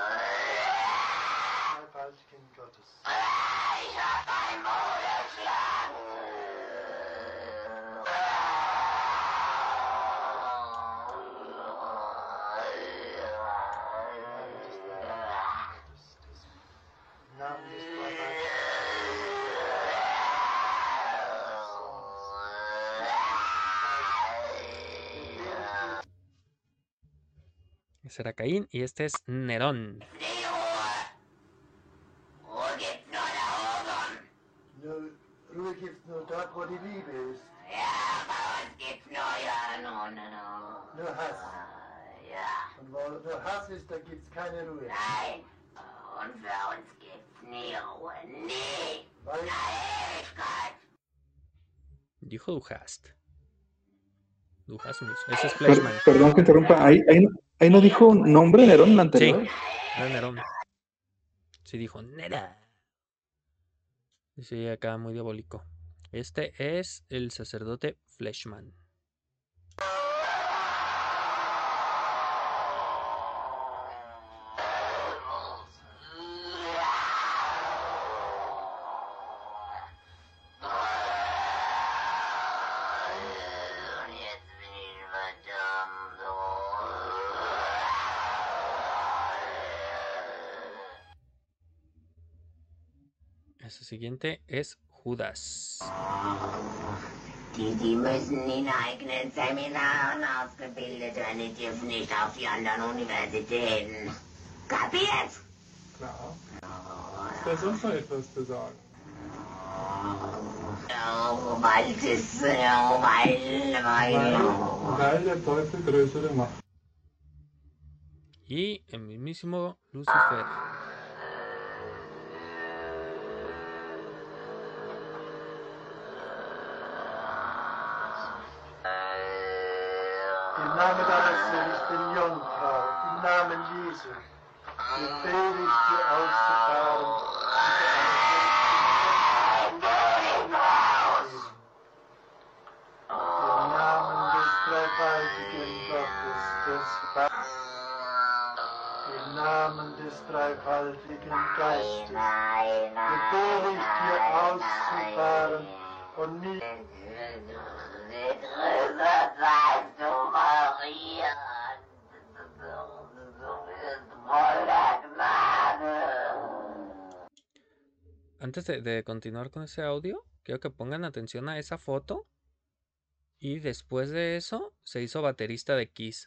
Ese era Caín y este es Nerón. Ruhe gibt's nur dort, wo die Liebe ist. Ja, bei uns gibt's nur, ja, no. Nur Hass. Ja, Und wo nur Hass ist, da gibt's keine Ruhe. nein. Und für uns gibt's nie Ruhe, nie. Weil Ewigkeit. Dijo Du hast. Du hast mich. Ese es Fleischmann. Perdón que interrumpa. Ahí no dijo un nombre Nerón en la Sí, anterior. era Nerón. Sí dijo Nera. Sí, acá muy diabólico. Este es el sacerdote Fleischmann. Und jetzt bin ich verdammt. Ese siguiente es Judas. Die müssen in eigenen Seminaren ausgebildet werden, die dürfen nicht auf die anderen Universitäten. Kapiert? Klar. Ist da sonst noch etwas zu sagen? Oh, weil das, weil. Weil der Teufel größere Macht. Y el mismísimo Lucifer. im Namen deines seligen Jungfrau, im Namen Jesu, befehle ich dir auszufahren. Im Namen des dreifaltigen Gottes, des Vaters, im Namen des dreifaltigen Geistes, befehle ich dir auszufahren und nicht Antes de continuar con ese audio, quiero que pongan atención a esa foto. Y después de eso, se hizo baterista de Kiss.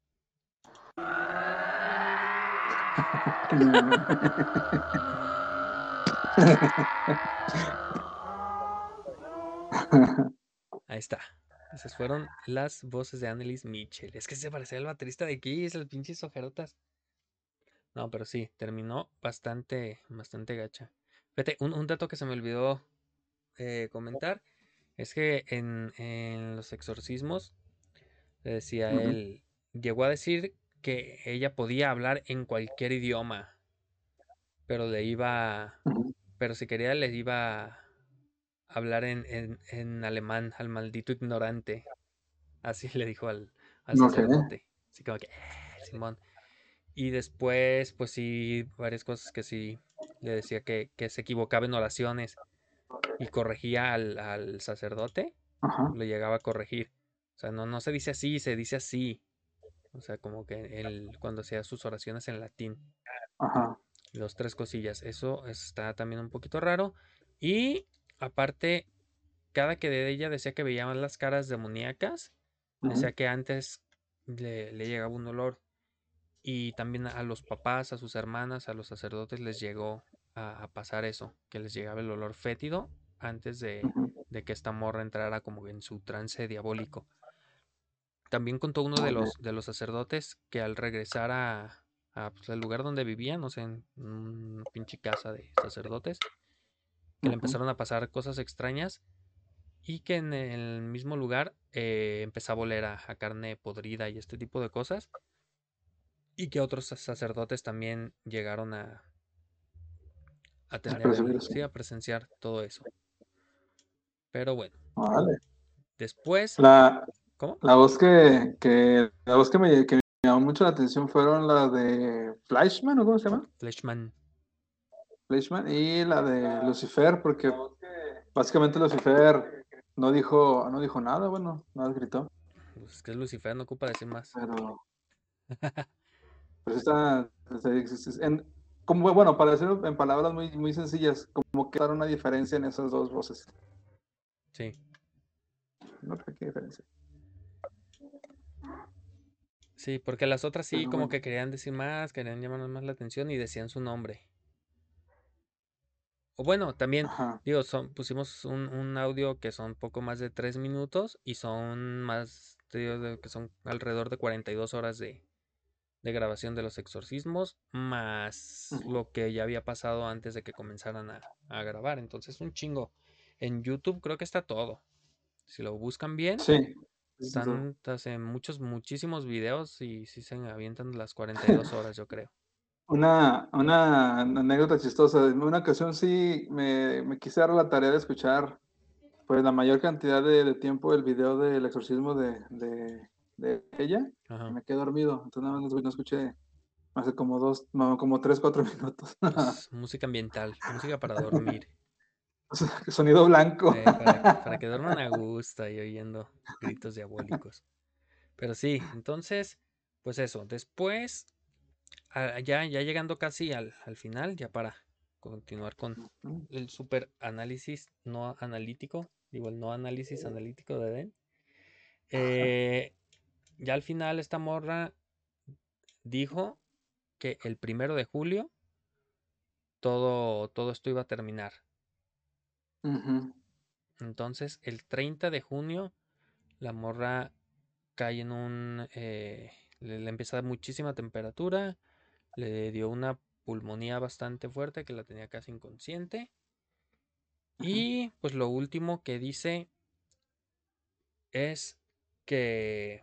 Ahí está. Esas fueron las voces de Anneliese Michel. Es que se parecía al baterista de Kiss, las pinches ojerotas. No, pero sí, terminó bastante gacha. Fíjate, un dato que se me olvidó comentar. Es que en los exorcismos, le decía Ujú. él, llegó a decir que ella podía hablar en cualquier idioma, pero Ujú. pero si quería le iba a hablar en alemán al maldito ignorante. Así le dijo al Ok. sacerdote. Así como que, Simón. Y después, pues sí, varias cosas que sí le decía que se equivocaba en oraciones y corregía al sacerdote, Ajá. lo llegaba a corregir. O sea, no se dice así, se dice así. O sea, como que él cuando hacía sus oraciones en latín. Ajá. Los tres cosillas. Eso está también un poquito raro. Y aparte, cada que de ella decía que veían las caras demoníacas, decía Ujú. que antes le llegaba un olor. Y también a los papás, a sus hermanas, a los sacerdotes les llegó a pasar eso, que les llegaba el olor fétido antes Ujú. de que esta morra entrara como en su trance diabólico. También contó uno Oye. de los sacerdotes que al regresar pues, al lugar donde vivían, no sé, en una pinche casa de sacerdotes, que le Ujú. empezaron a pasar cosas extrañas y que en el mismo lugar empezaba a oler a carne podrida y este tipo de cosas, y que otros sacerdotes también llegaron a Es tener percibir así. sí, a presenciar todo eso. Pero bueno, Vale. después, La, ¿cómo? la voz que me llamó mucho la atención fueron la de Fleischman, ¿o cómo se llama? Fleshman. Fleischman, y la de Lucifer, porque básicamente Lucifer no dijo nada, bueno, nada gritó, Pues es que es Lucifer, no ocupa decir más. pero, pero sí como, bueno, para decirlo en palabras muy, muy sencillas, como que dar una diferencia en esas dos voces. Sí. No sé qué diferencia, Sí, porque las otras sí pero como bueno. que querían decir más, querían llamarnos más la atención y decían su nombre. O bueno, también, Ajá. digo, pusimos un audio que son poco más de 3 minutos y son más, te digo, que son alrededor de 42 horas de grabación de los exorcismos, más Ujú. lo que ya había pasado antes de que comenzaran a grabar. Entonces, un chingo. En YouTube creo que está todo. Si lo buscan bien, Sí, eso es todo. están hace muchísimos videos y sí se avientan las 42 horas, yo creo. Una anécdota chistosa. En una ocasión sí me quise dar la tarea de escuchar pues la mayor cantidad de tiempo el video del exorcismo de ella y Ajá. me quedé dormido. Entonces nada más no escuché hace como no, como 3, 4 minutos. Pues música ambiental, música para dormir, O sea, sonido blanco. para que duerman a gusto y oyendo gritos diabólicos. Pero sí, entonces, pues eso. Después, ya llegando casi al final, ya para continuar con el super análisis no analítico, digo, el no análisis analítico de Den. Ya al final esta morra dijo que el 1 de julio todo esto iba a terminar. Ujú. Entonces, el 30 de junio, la morra cae en le empieza a dar muchísima temperatura, le dio una pulmonía bastante fuerte que la tenía casi inconsciente. Ujú. Y pues lo último que dice es que,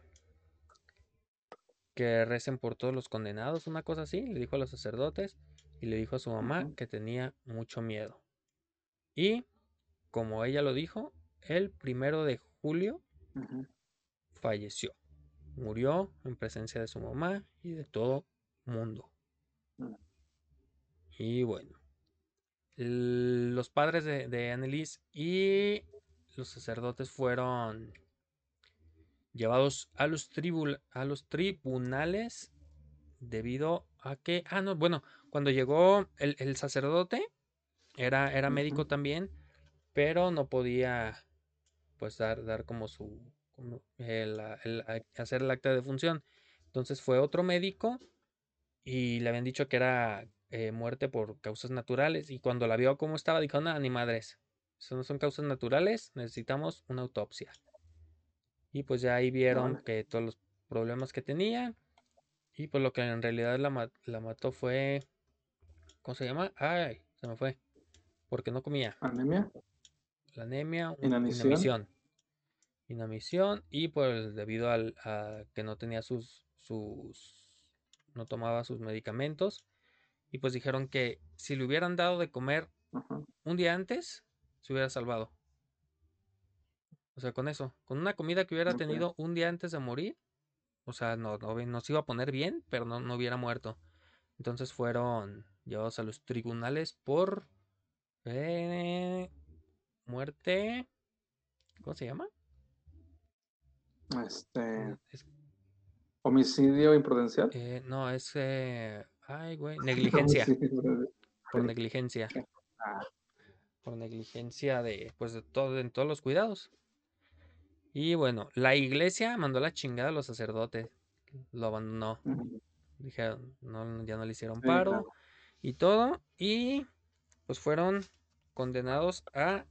que recen por todos los condenados, una cosa así, le dijo a los sacerdotes y le dijo a su mamá Ujú. que tenía mucho miedo. Y como ella lo dijo, el 1 de julio Ujú. falleció. Murió en presencia de su mamá y de todo mundo. Ujú. Y bueno, los padres de Anneliese y los sacerdotes fueron llevados a los tribunales debido a que, no, bueno, cuando llegó el sacerdote, era médico también, pero no podía pues dar como hacer el acta de función. Entonces fue otro médico y le habían dicho que era muerte por causas naturales. Y cuando la vio cómo estaba, dijo, no, ni madres, eso no son causas naturales, necesitamos una autopsia. Y pues ya ahí vieron Órale. que todos los problemas que tenía. Y pues lo que en realidad la mató fue, ¿cómo se llama? Ay, se me fue, porque no comía. ¿Anemia? la anemia, Inanición. inanición y pues debido a que no tenía no tomaba sus medicamentos y pues dijeron que si le hubieran dado de comer Ajá. un día antes, se hubiera salvado. O sea, con eso, con una comida que hubiera Ok. tenido un día antes de morir, o sea, no se iba a poner bien, pero no hubiera muerto. Entonces fueron llevados a los tribunales por muerte. ¿Cómo se llama? Es- Homicidio imprudencial. no, es. Ay, güey. Negligencia. Homicidio imprudencial. Por negligencia. Ah, Por negligencia de. Pues de todo, en todos los cuidados. Y bueno, la iglesia mandó la chingada a los sacerdotes. Lo abandonó. ujú. Dijeron, no, ya no le hicieron Sí, paro. claro. Y todo. Y pues fueron condenados a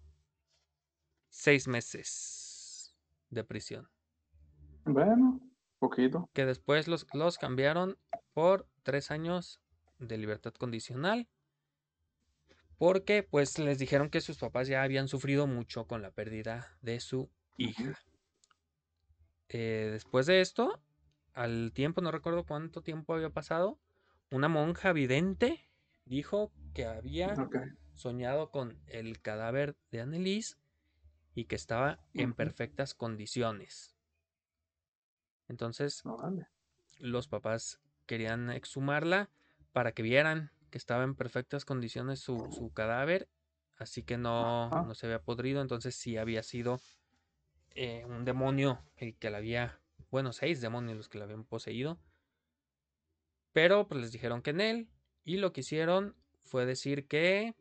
6 meses de prisión. Bueno, poquito. Que después los cambiaron por 3 años de libertad condicional. Porque pues les dijeron que sus papás ya habían sufrido mucho con la pérdida de su hija. Ujú. Después de esto, al tiempo, no recuerdo cuánto tiempo había pasado, una monja vidente dijo que había Ok. soñado con el cadáver de Anneliese y que estaba en Ujú. perfectas condiciones. Entonces, No, vale. los papás querían exhumarla para que vieran que estaba en perfectas condiciones su cadáver, así que no Ah, se había podrido, entonces sí había sido un demonio el que la había, bueno, 6 demonios los que la habían poseído, pero pues les dijeron que en él, y lo que hicieron fue decir que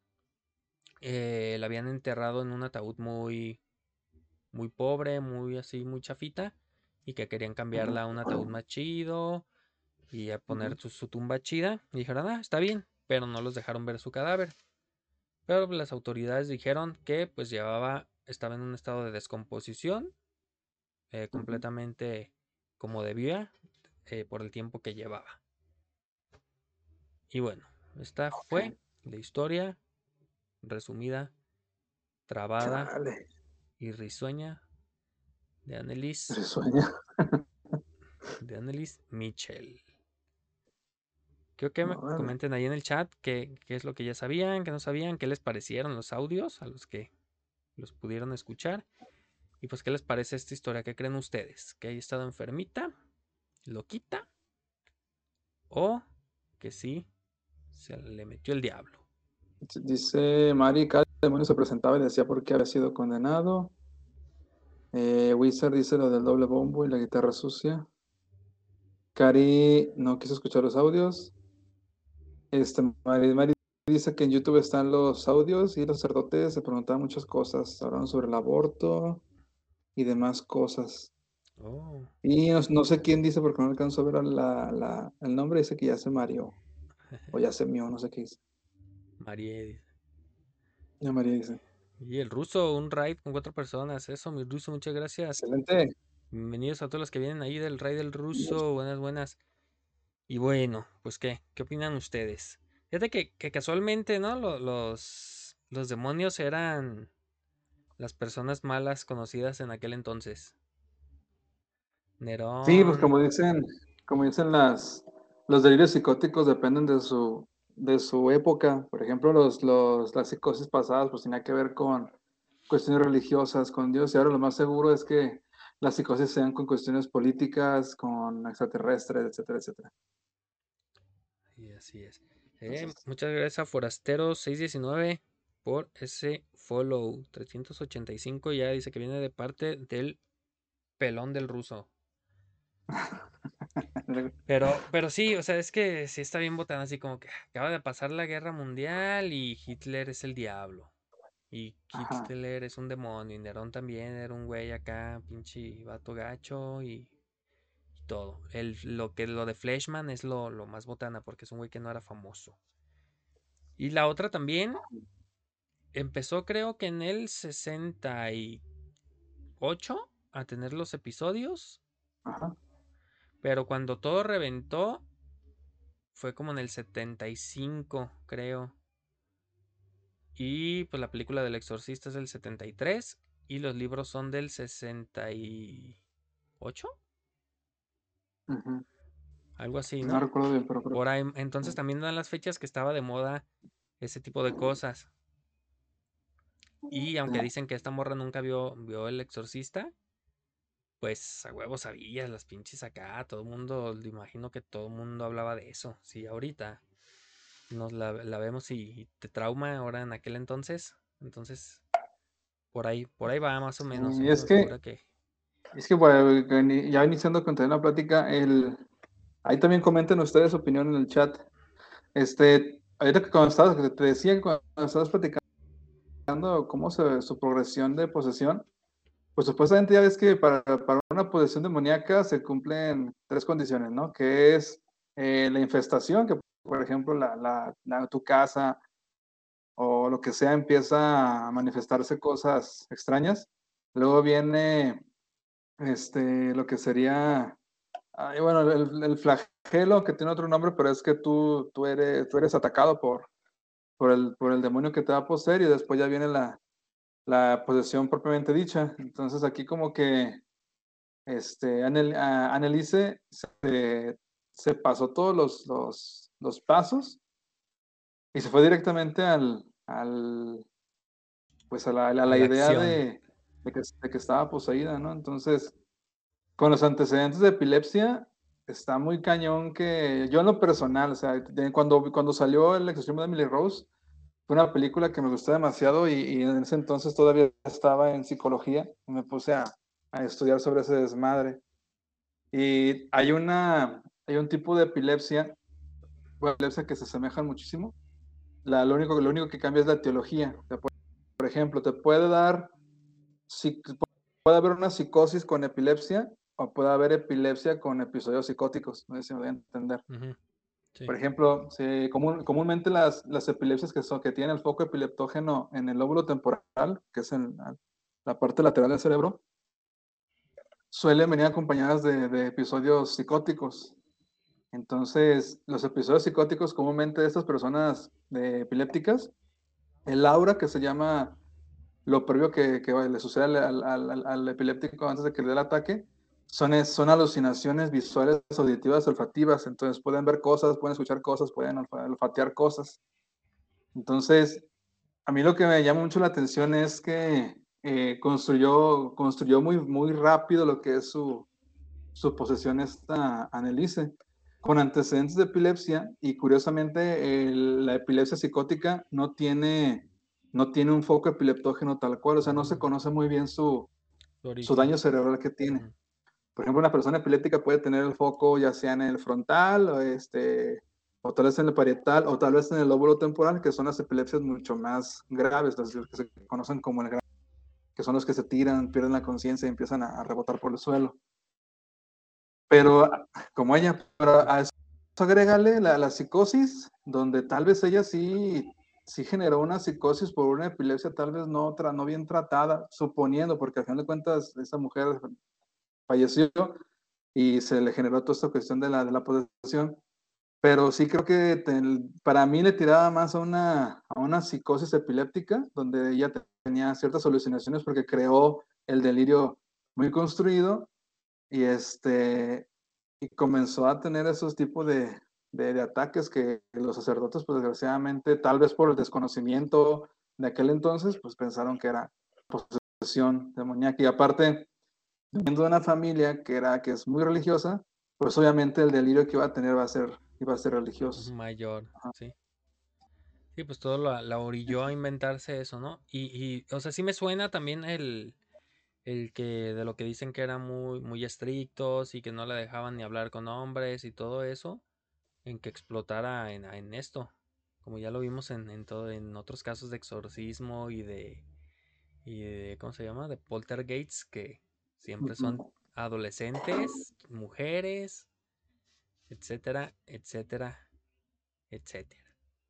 la habían enterrado en un ataúd muy pobre, muy así, muy chafita, y que querían cambiarla a un ataúd más chido y a poner ujú. su tumba chida. Y dijeron, está bien, pero no los dejaron ver su cadáver. Pero las autoridades dijeron que pues estaba en un estado de descomposición, Ujú. completamente como debía, por el tiempo que llevaba. Y bueno, esta fue Ok. la historia resumida, trabada Chale. y risueña de Anneliese, Risueña. Michel. Creo que me No, vale. comenten ahí en el chat qué es lo que ya sabían, qué no sabían, qué les parecieron los audios a los que los pudieron escuchar. Y pues, ¿qué les parece esta historia? ¿Qué creen ustedes? ¿Que haya estado enfermita, loquita, o que sí se le metió el diablo? Dice Mari, cada demonio se presentaba y decía por qué había sido condenado. Wizard dice lo del doble bombo y la guitarra sucia. Cari no quiso escuchar los audios. Mari dice que en YouTube están los audios y los sacerdotes se preguntaban muchas cosas. Hablaron sobre el aborto y demás cosas. Oh, Y no sé quién dice porque no alcanzo a ver el nombre. Dice que ya se mareó o ya se mió, no sé qué dice. María. Ya María dice. Y el ruso, un raid con 4 personas. Eso, mi ruso, muchas gracias. Excelente. Bienvenidos a todos los que vienen ahí del raid del ruso. Buenas, buenas. Y bueno, pues ¿qué opinan ustedes? Fíjate que casualmente, ¿no? Los demonios eran las personas malas conocidas en aquel entonces. Sí, pues Nerón. como dicen los delirios psicóticos dependen de su época. Por ejemplo, las psicosis pasadas pues tenía que ver con cuestiones religiosas, con Dios, y ahora lo más seguro es que las psicosis sean con cuestiones políticas, con extraterrestres, etcétera, etcétera. Y así es. Entonces, Muchas gracias a Forastero619 por ese follow. 385 ya dice que viene de parte del pelón del ruso. Pero sí, o sea, es que sí está bien botado, así como que acaba de pasar la guerra mundial y Hitler es el diablo. Y ajá, Hitler es un demonio. Y Nerón también era un güey acá, pinche vato gacho y todo. Lo de Fleshman es lo más botana porque es un güey que no era famoso. Y la otra también empezó creo que en el 68 a tener los episodios. ajá. Pero cuando todo reventó fue como en el 75, creo. Y pues la película del Exorcista es del 73 y los libros son del 68, Ujú. algo así, No ¿no? recuerdo bien, pero creo Por que ahí, entonces también dan las fechas que estaba de moda ese tipo de cosas. Y aunque sí. dicen que esta morra nunca vio El Exorcista, pues a huevo sabía, las pinches acá, todo el mundo, imagino que todo el mundo hablaba de eso. Sí, ahorita nos la vemos y te trauma ahora en aquel entonces por ahí va más o menos, Sí, me figura que... bueno, ya iniciando con la plática, ahí también comenten ustedes su opinión en el chat. Ahorita que que te decía que cuando estabas platicando cómo su progresión de posesión, pues supuestamente ya ves que para una posesión demoníaca se cumplen 3 condiciones, ¿no? Que es la infestación, que por ejemplo tu casa o lo que sea empieza a manifestarse cosas extrañas. Luego viene lo que sería, bueno, el flagelo, que tiene otro nombre, pero es que tú eres atacado por el demonio que te va a poseer y después ya viene la posesión propiamente dicha. Entonces aquí como que Anneliese se pasó todos los pasos y se fue directamente pues a A la la idea acción. de que estaba poseída, ¿no? Entonces, con los antecedentes de epilepsia, está muy cañón que yo en lo personal, o sea, cuando salió El exorcismo de Emily Rose, fue una película que me gustó demasiado y en ese entonces todavía estaba en psicología y me puse a estudiar sobre ese desmadre. Y hay un tipo de epilepsia, bueno, epilepsia que se asemejan muchísimo. Lo único que cambia es la etiología. Por ejemplo, puede haber una psicosis con epilepsia o puede haber epilepsia con episodios psicóticos. No sé si me voy a entender. Ujú, sí. Por ejemplo, comúnmente las epilepsias que tienen el foco epileptógeno en el lóbulo temporal, que es en la parte lateral del cerebro, suelen venir acompañadas de episodios psicóticos. Entonces, los episodios psicóticos comúnmente de estas personas epilépticas, el aura que se llama lo previo que le sucede al epiléptico antes de que le dé el ataque, son alucinaciones visuales, auditivas, olfativas. Entonces pueden ver cosas, pueden escuchar cosas, pueden olfatear cosas. Entonces, a mí lo que me llama mucho la atención es que construyó muy, muy rápido lo que es su posesión esta Anneliese, con antecedentes de epilepsia y curiosamente la epilepsia psicótica no tiene un foco epileptógeno tal cual, o sea, no se conoce muy bien Su su origen. daño cerebral que tiene. Ujú. Por ejemplo, una persona epiléptica puede tener el foco ya sea en el frontal o tal vez en el parietal o tal vez en el lóbulo temporal, que son las epilepsias mucho más graves, las que se conocen como el gran, que son los que se tiran, pierden la conciencia y empiezan a rebotar por el suelo. Pero como ella, pero a eso agrégale la psicosis, donde tal vez ella sí generó una psicosis por una epilepsia, tal vez no bien tratada, suponiendo, porque al final de cuentas esa mujer falleció y se le generó toda esta cuestión de la posesión. Pero sí creo que para mí le tiraba más a una psicosis epiléptica, donde ella tenía ciertas alucinaciones porque creó el delirio muy construido y y comenzó a tener esos tipos de ataques que los sacerdotes, pues desgraciadamente, tal vez por el desconocimiento de aquel entonces, pues pensaron que era posesión demoníaca. Y aparte, viendo una familia que es muy religiosa, pues obviamente el delirio que iba a tener iba a ser religioso. Mayor, Ajá. sí. Sí, pues todo la orilló a inventarse eso, ¿no? O sea, sí me suena también el que de lo que dicen que eran muy, muy estrictos y que no la dejaban ni hablar con hombres y todo eso, en que explotara en esto. Como ya lo vimos en otros casos de exorcismo ¿cómo se llama? De poltergeists, que siempre son Ujú. adolescentes, mujeres, etcétera, etcétera, etcétera.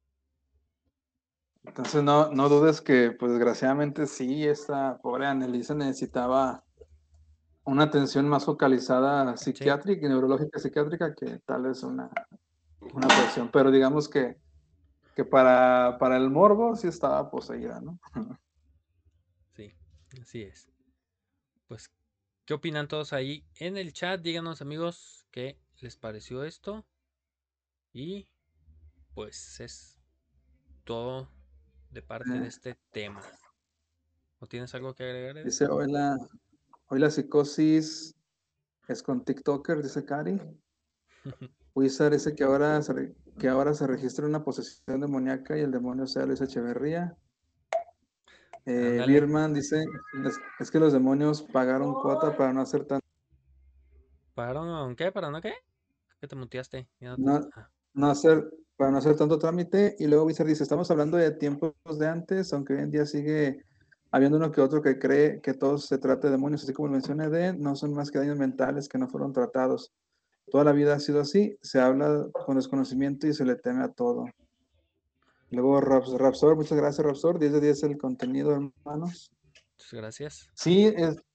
Entonces no dudes que, pues desgraciadamente sí, esta pobre Anneliese necesitaba una atención más focalizada Sí, psiquiátrica y neurológica psiquiátrica que tal vez una cuestión, pero digamos que que para el morbo sí estaba poseída, ¿no? Sí, así es. Pues, ¿qué opinan todos ahí en el chat? Díganos, amigos, qué les pareció esto. Y pues es todo de parte de este tema. ¿O tienes algo que agregar, Eder? Dice, hoy la psicosis es con TikToker, dice Cari. Wizard dice que ahora se registra una posesión demoníaca y el demonio sea Luis Echeverría. Ándale. Birman dice, es que los demonios pagaron cuota para no hacer tanto. ¿Pararon qué? ¿Para no qué? ¿Qué te muteaste? Ya no te- No, Ah, para no hacer tanto trámite. Y luego Wizard dice, estamos hablando de tiempos de antes, aunque hoy en día sigue habiendo uno que otro que cree que todo se trata de demonios, así como mencioné no son más que daños mentales que no fueron tratados. Toda la vida ha sido así, se habla con desconocimiento y se le teme a todo. Luego Rapsor, muchas gracias Rapsor, 10 de 10 el contenido, hermanos. muchas gracias. Sí,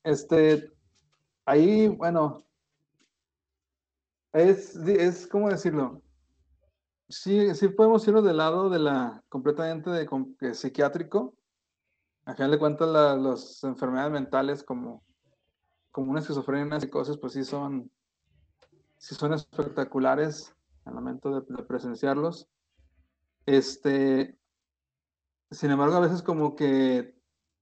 ahí, bueno, es ¿cómo decirlo? Sí podemos irnos del lado de completamente psiquiátrico. A final de cuentas, las enfermedades mentales como una esquizofrenia y una psicosis, pues sí son espectaculares al momento de presenciarlos. Sin embargo, a veces como que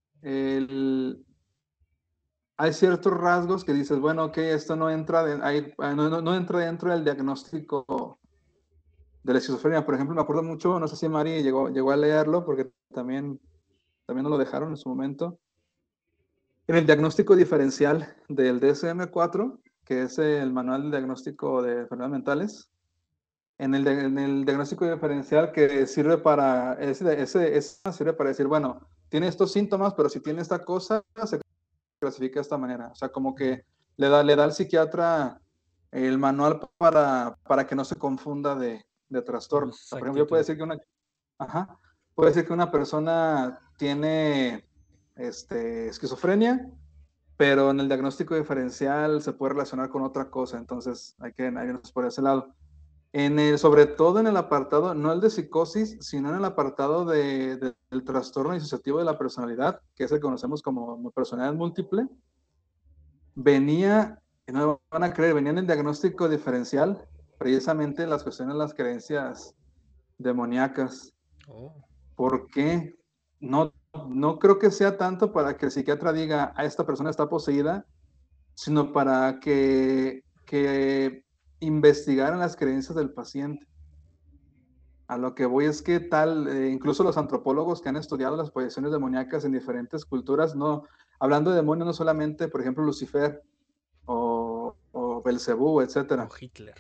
hay ciertos rasgos que dices, bueno, ok, esto no entra, no entra dentro del diagnóstico de la esquizofrenia. Por ejemplo, me acuerdo mucho, no sé si Mari llegó a leerlo, porque también nos lo dejaron en su momento. En el diagnóstico diferencial del DSM-4, que es el manual de diagnóstico de enfermedades mentales, en el diagnóstico diferencial que sirve para, sirve para decir, bueno, tiene estos síntomas, pero si tiene esta cosa, se clasifica de esta manera. O sea, como que le da al psiquiatra el manual para que no se confunda de trastorno. O sea, por ejemplo, yo puedo decir que una persona tiene esquizofrenia, pero en el diagnóstico diferencial se puede relacionar con otra cosa. Entonces, hay que irnos por ese lado. Sobre todo en el apartado, no el de psicosis, sino en el apartado del trastorno disociativo de la personalidad, que es el que conocemos como personalidad múltiple, venía en el diagnóstico diferencial, precisamente las cuestiones de las creencias demoníacas. Oh. ¿Por qué? No creo que sea tanto para que el psiquiatra diga, esta persona está poseída, sino para que investigaran las creencias del paciente. A lo que voy es que incluso los antropólogos que han estudiado las posesiones demoníacas en diferentes culturas, hablando de demonios, no solamente, por ejemplo, Lucifer o Belcebú, etcétera, o Hitler,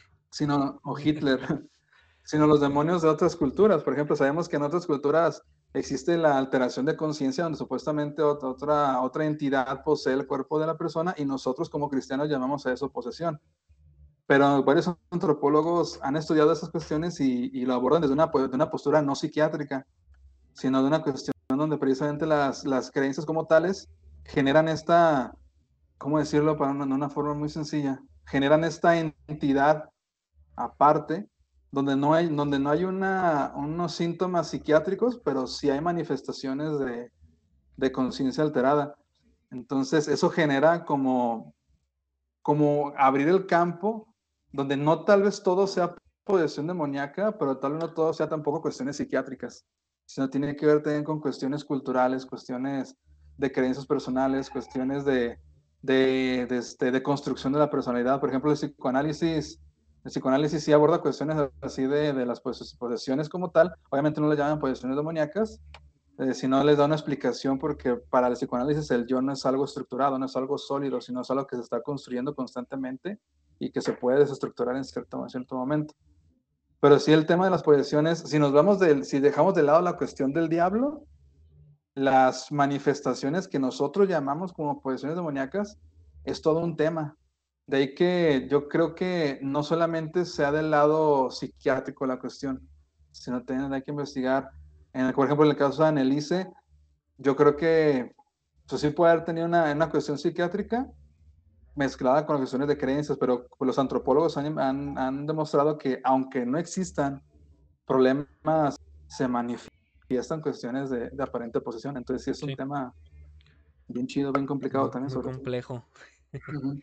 sino los demonios de otras culturas. Por ejemplo, sabemos que en otras culturas existe la alteración de conciencia, donde supuestamente otra entidad posee el cuerpo de la persona, y nosotros como cristianos llamamos a eso posesión. Pero varios antropólogos han estudiado esas cuestiones y lo abordan desde una postura no psiquiátrica, sino de una cuestión donde precisamente las creencias como tales generan ¿cómo decirlo? Para una forma muy sencilla, generan esta entidad aparte, donde no hay unos síntomas psiquiátricos, pero sí hay manifestaciones de conciencia alterada. Entonces, eso genera como abrir el campo, donde no tal vez todo sea posesión demoníaca, pero tal vez no todo sea tampoco cuestiones psiquiátricas, sino tiene que ver también con cuestiones culturales, cuestiones de creencias personales, cuestiones de construcción de la personalidad. Por ejemplo, el psicoanálisis sí aborda cuestiones así de las posesiones como tal. Obviamente no le llaman posesiones demoníacas, sino les da una explicación, porque para el psicoanálisis el yo no es algo estructurado, no es algo sólido, sino es algo que se está construyendo constantemente y que se puede desestructurar en cierto momento. Pero sí, el tema de las posesiones, si dejamos de lado la cuestión del diablo, las manifestaciones que nosotros llamamos como posesiones demoníacas es todo un tema. De ahí que yo creo que no solamente sea del lado psiquiátrico la cuestión, sino también hay que investigar. Por ejemplo, en el caso de Anneliese, yo creo que pues, sí puede haber tenido una cuestión psiquiátrica mezclada con cuestiones de creencias, pero los antropólogos han demostrado que aunque no existan problemas se manifiestan cuestiones de aparente posesión. Entonces sí es un Sí. tema bien chido, bien complicado Muy, también, muy sobre todo. complejo. Ujú.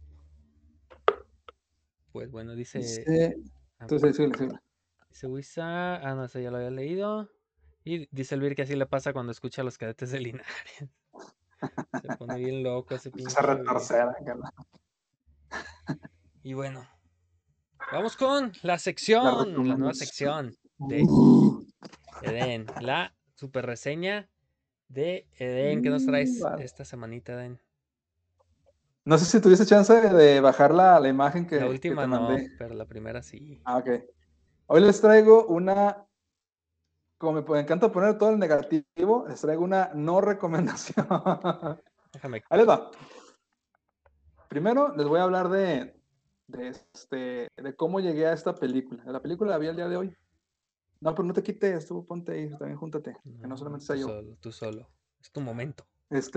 Pues bueno, dice Dice, entonces, síguele. Wisa. Ah, no, eso ya lo había leído. Y dice Elvir que así le pasa cuando escucha a los cadetes de Linares. Se pone bien loco ese Esa pinche viejo. retorcera, carnal. Y bueno, vamos con la La sección, la nueva recomendación. sección de Eden, la super reseña de Eden. ¿Qué nos traes Vale. esta semanita, Eden? No sé si tuviste chance de bajar la imagen La que última te no, mandé. pero la primera sí. Ah, ok. Hoy les traigo una, como me encanta poner todo el negativo, les traigo una no recomendación. Déjame. Ahí les va. Primero les voy a hablar de cómo llegué a esta película. La película la vi el día de hoy. No, pero no te quites, tú ponte ahí, también júntate, que no solamente sea Tú yo. solo, tú solo. Es tu momento.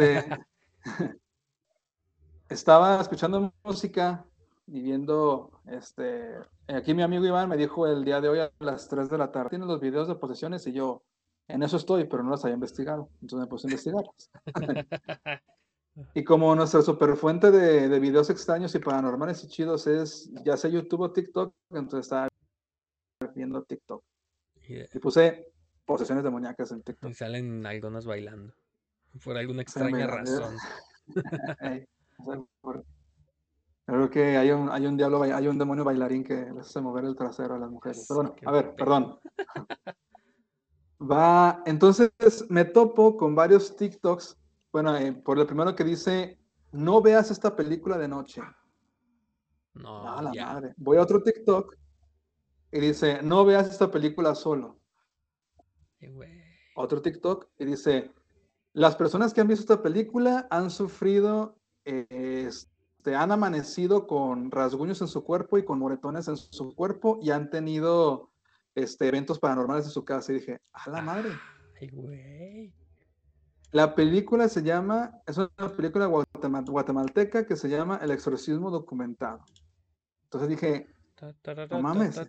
Estaba escuchando música y viendo, aquí mi amigo Iván me dijo el día de hoy a las 3 de la tarde, tiene los videos de posesiones y yo, en eso estoy, pero no las había investigado, entonces me puse a investigarlas. Y como nuestra superfuente de videos extraños y paranormales y chidos es, ya sea YouTube o TikTok, entonces estaba viendo TikTok. Y puse posesiones demoníacas en Y TikTok. salen algunos bailando. Por alguna Salen extraña bailando. razón. Ey, no sé por qué. Creo que hay un diablo, hay un demonio bailarín que les hace mover el trasero a las mujeres. Pero bueno, Qué a ver, pedo. perdón. Entonces me topo con varios TikToks. Bueno, por el primero que dice, no veas esta película de noche. No, Ah, la ya. madre. Voy a otro TikTok y dice, no veas esta película solo. Güey. Otro TikTok y dice, las personas que han visto esta película han sufrido, han amanecido con rasguños en su cuerpo y con moretones en su cuerpo y han tenido eventos paranormales en su casa. Y dije, a la madre. Ay, güey. La película se llama, es una película guatemalteca que se llama El exorcismo documentado. Entonces dije, no mames.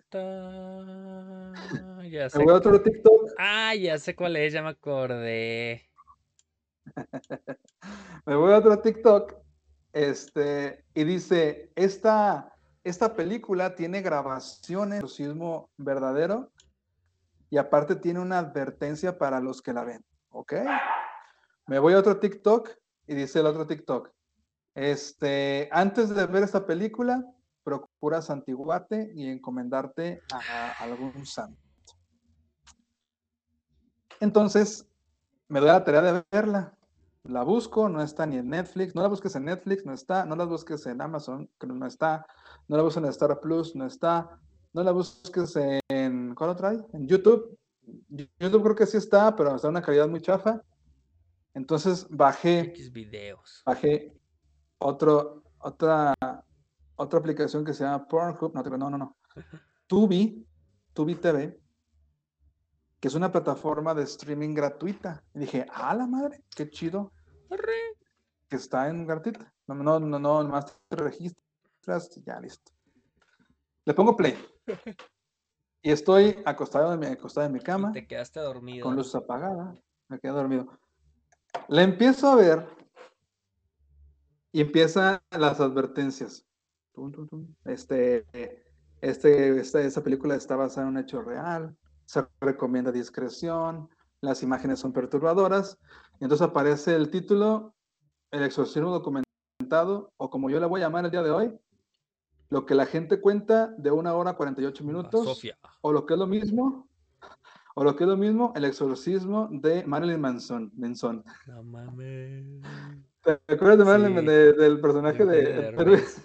Ya Me sé. voy a otro TikTok, Ah, ya sé cuál es, ya me acordé. me voy a otro TikTok, y dice, esta película tiene grabaciones de exorcismo verdadero y aparte tiene una advertencia para los que la ven, ¿ok? Me voy a otro TikTok y dice el otro TikTok, antes de ver esta película, procura santiguarte y encomendarte a algún santo. Entonces, me doy la tarea de verla. La busco, no está ni en Netflix, no la busques en Netflix, no está, no la busques en Amazon, que no está, no la busques en Star Plus, no está, no la busques en, ¿cuál otra hay? En YouTube. YouTube creo que sí está, pero está en una calidad muy chafa. Entonces bajé X videos. otra aplicación que se llama Pornhub, no. Tubi TV, que es una plataforma de streaming gratuita. Y dije, la madre, qué chido que está en gratuita. No, nomás te registras y ya listo. Le pongo play. Y estoy acostado en mi Y cama, te quedaste dormido. con luz apagada. Me quedo dormido. Le empiezo a ver y empiezan las advertencias. Esta película está basada en un hecho real. Se recomienda discreción. Las imágenes son perturbadoras. Y entonces aparece el título, El exorcismo documentado, o como yo le voy a llamar el día de hoy, lo que la gente cuenta de 1 hora 48 minutos, Sofía. o lo que es lo mismo, el exorcismo de Marilyn Manson. No mames. ¿Te acuerdas de Marilyn, Sí. del personaje Eugenio de Derbez.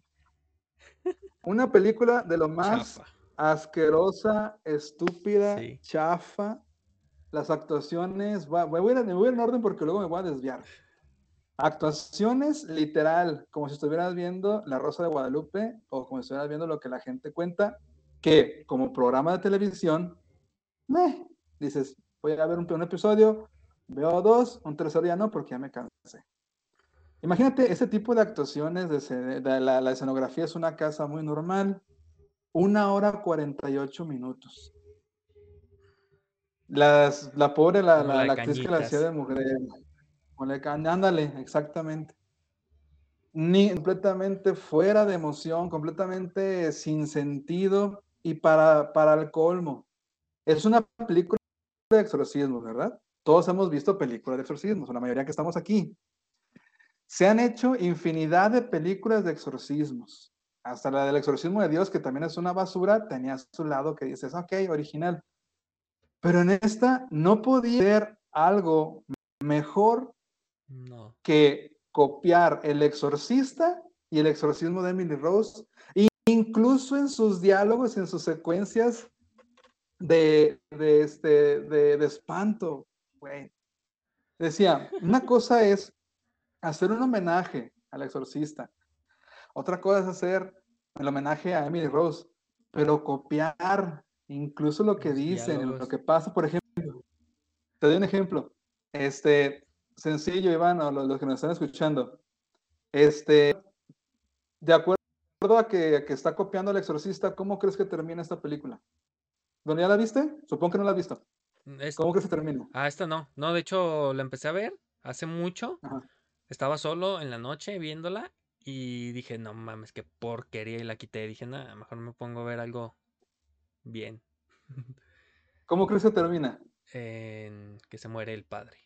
Una película de lo más Chafa. asquerosa, estúpida, Sí. chafa. Las actuaciones, me voy a ir en orden porque luego me voy a desviar. Actuaciones literal, como si estuvieras viendo La Rosa de Guadalupe o como si estuvieras viendo lo que la gente cuenta, que como programa de televisión, dices, voy a ver un episodio, veo 2, un tercero ya no, porque ya me cansé. Imagínate ese tipo de actuaciones, la escenografía es una casa muy normal, 1 hora 48 minutos. La pobre, Como la de la actriz que la hacía Cañitas. de mujer, ándale, exactamente. Ni completamente fuera de emoción, completamente sin sentido y para el colmo. Es una película de exorcismos, ¿verdad? Todos hemos visto películas de exorcismos, la mayoría que estamos aquí. Se han hecho infinidad de películas de exorcismos. Hasta la del exorcismo de Dios, que también es una basura, tenía su lado que dices, ok, original. Pero en esta no podía ser algo mejor No. que copiar El Exorcista y El Exorcismo de Emily Rose, e incluso en sus diálogos, en sus secuencias de espanto, güey. Decía, una cosa es hacer un homenaje al Exorcista, otra cosa es hacer el homenaje a Emily Rose, pero copiar incluso lo que Los dicen, lo diálogos. que pasa, por ejemplo, te doy un ejemplo, sencillo, Iván, o los que nos están escuchando, de acuerdo a que está copiando El Exorcista, ¿cómo crees que termina esta película? ¿Dónde ya la viste? Supongo que no la has visto. Es- ¿Cómo crees que termina? esta no. No, de hecho, la empecé a ver hace mucho. Ajá. Estaba solo en la noche viéndola y dije, no mames, qué porquería, y la quité. Dije, nada, mejor me pongo a ver algo bien. ¿Cómo crees que termina? En que se muere el padre.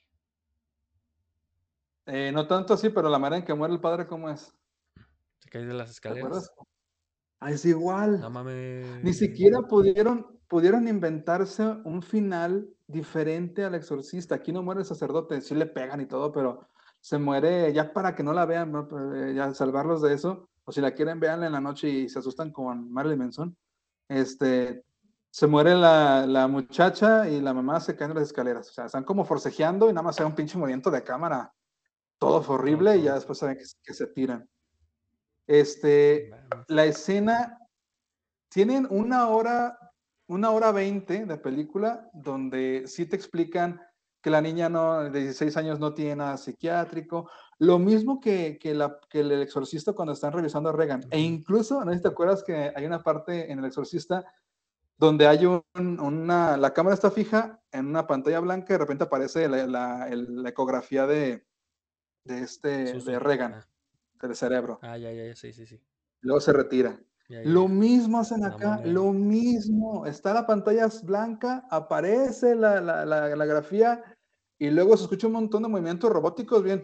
No tanto así, pero la manera en que muere el padre, ¿cómo es? Se cae de las ¿Te escaleras. acuerdas? Ah, es igual. No Ni mames. siquiera pudieron inventarse un final diferente al Exorcista. Aquí no muere el sacerdote, sí le pegan y todo, pero se muere ya para que no la vean, ¿no? Ya salvarlos de eso. O si la quieren, véanla en la noche y se asustan con Marilyn Manson. Se muere la muchacha y la mamá se caen de las escaleras. O sea, están como forcejeando y nada más se da un pinche movimiento de cámara. Todo fue Todo horrible y ya tonto. después saben que se tiran. Mames. La escena tienen 1 hora 20 de película donde sí te explican que la niña de 16 años no tiene nada psiquiátrico. Lo mismo que el exorcista cuando están revisando a Regan. E incluso, no sé si te acuerdas que hay una parte en el exorcista donde hay la cámara está fija en una pantalla blanca y de repente aparece la ecografía de Susi. Regan, Ah, del cerebro. ya, sí, sí, sí. Luego se retira. Ya. Lo mismo hacen No acá, mames. lo mismo. Está la pantalla blanca, aparece la grafía y luego se escucha un montón de movimientos robóticos bien.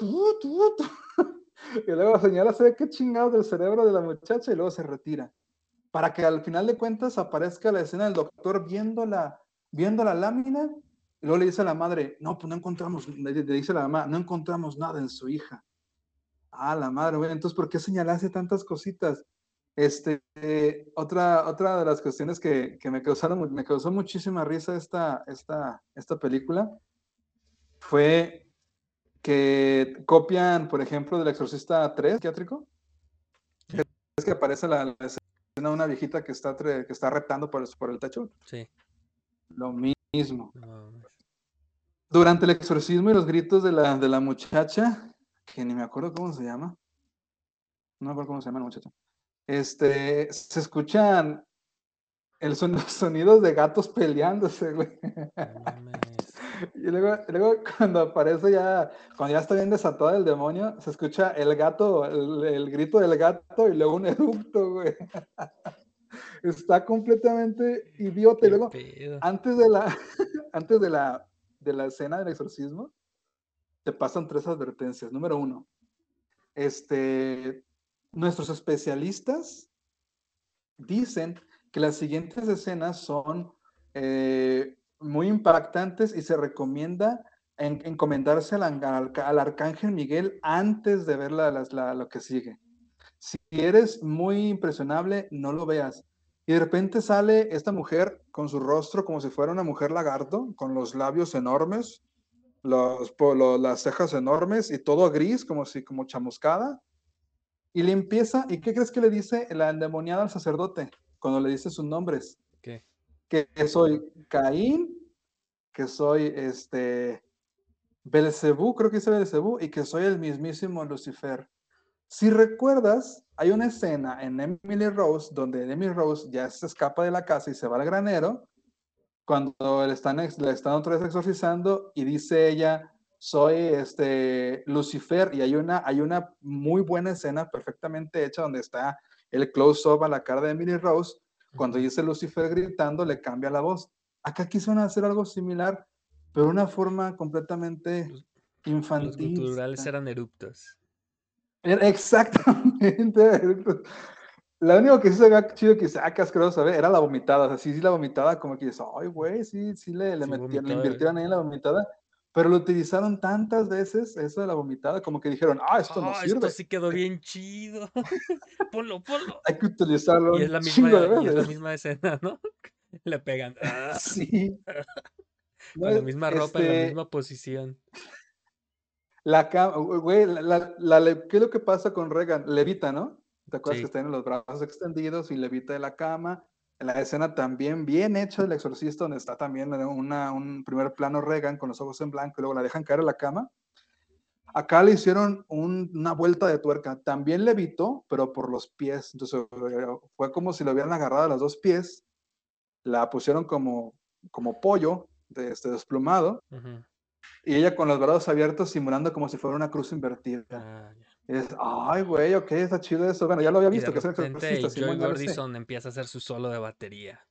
Y luego la señora se ve qué chingados del cerebro de la muchacha y luego se retira. Para que al final de cuentas aparezca la escena del doctor viendo la lámina y luego le dice a la madre, no, pues no encontramos, le dice a la mamá, no encontramos nada en su hija. Ah, la madre, güey, entonces, ¿por qué señalaste tantas cositas? Otra de las cuestiones que me causó muchísima risa esta película fue que copian, por ejemplo, del Exorcista 3 psiquiátrico. Sí. Es que aparece la escena de una viejita que está reptando por el techo. Sí. Lo mismo. No mames. Durante el exorcismo y los gritos de la muchacha, que ni me acuerdo cómo se llama. No me acuerdo cómo se llama la muchacha. Se escuchan los sonidos de gatos peleándose, güey. No mames. Y luego cuando aparece cuando ya está bien desatado el demonio, se escucha el gato, el grito del gato y luego un eructo, güey. Está completamente idiota. Y Qué luego, pedo. antes de la, antes de la escena del exorcismo, te pasan 3 advertencias. Número 1, nuestros especialistas dicen que las siguientes escenas son muy impactantes y se recomienda encomendarse al arcángel Miguel antes de ver lo que sigue. Si eres muy impresionable, no lo veas. Y de repente sale esta mujer con su rostro como si fuera una mujer lagarto, con los labios enormes, las cejas enormes y todo gris, como chamuscada. Y le empieza, ¿y qué crees que le dice la endemoniada al sacerdote cuando le dice sus nombres? ¿Qué? Que soy Caín, que soy Belcebú, creo que dice Belcebú, y que soy el mismísimo Lucifer. Si recuerdas, hay una escena en Emily Rose donde Emily Rose ya se escapa de la casa y se va al granero cuando le están otra vez exorcizando y dice ella, soy Lucifer, y hay una muy buena escena perfectamente hecha donde está el close-up a la cara de Emily Rose. Cuando dice Lucifer gritando, le cambia la voz. Acá quisieron hacer algo similar, pero de una forma completamente Los infantil. guturales eran eruptos. Exactamente. Lo único que sí se veía chido, que sacas, creo, ¿sabes? Era la vomitada. O sea, sí, la vomitada, como que dices, ay, güey, sí, le Sí, metieron, le vomitaba, invirtieron ahí en la vomitada. Pero lo utilizaron tantas veces, eso de la vomitada, como que dijeron, esto no esto sirve. sí quedó bien chido. Ponlo. Hay que utilizarlo Y es un la chingo de misma veces. escena, ¿no? Le pegan. Sí. No, Con la misma ropa, en la misma posición. güey, ¿qué es lo que pasa con Regan? Levita, ¿no? ¿Te acuerdas que Sí. está en los brazos extendidos y levita de la cama? En la escena también bien hecha del exorcista, donde está también un primer plano Regan con los ojos en blanco y luego la dejan caer en la cama. Acá le hicieron una vuelta de tuerca. También levitó, pero por los pies. Entonces fue como si lo hubieran agarrado a los dos pies, la pusieron como pollo desplumado, y ella con los brazos abiertos simulando como si fuera una cruz invertida. Ay, güey, ok, está chido eso. Bueno, ya lo había Y de visto, que es el repente exorcista, Joy Simón, ya lo sé. Gordison empieza a hacer su solo de batería.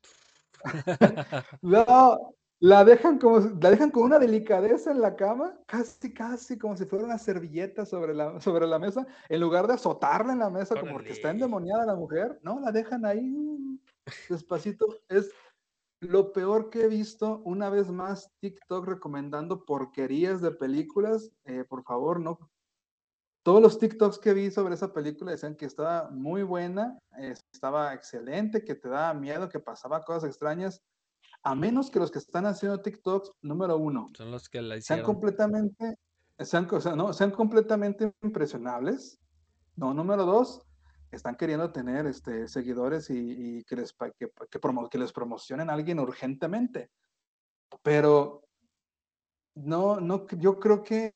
No, la dejan con una delicadeza en la cama, casi como si fuera una servilleta sobre la mesa, en lugar de azotarla en la mesa como porque está Órale. endemoniada la mujer, no, la dejan ahí despacito. Es lo peor que he visto. Una vez más, TikTok recomendando porquerías de películas. Por favor, no. Todos los TikToks que vi sobre esa película decían que estaba muy buena, estaba excelente, que te daba miedo, que pasaba cosas extrañas, a menos que los que están haciendo TikToks, número uno, Son los que la sean hicieron. completamente, sean completamente impresionables. No, número dos, están queriendo tener seguidores y que les promocionen a alguien urgentemente. Pero no, yo creo que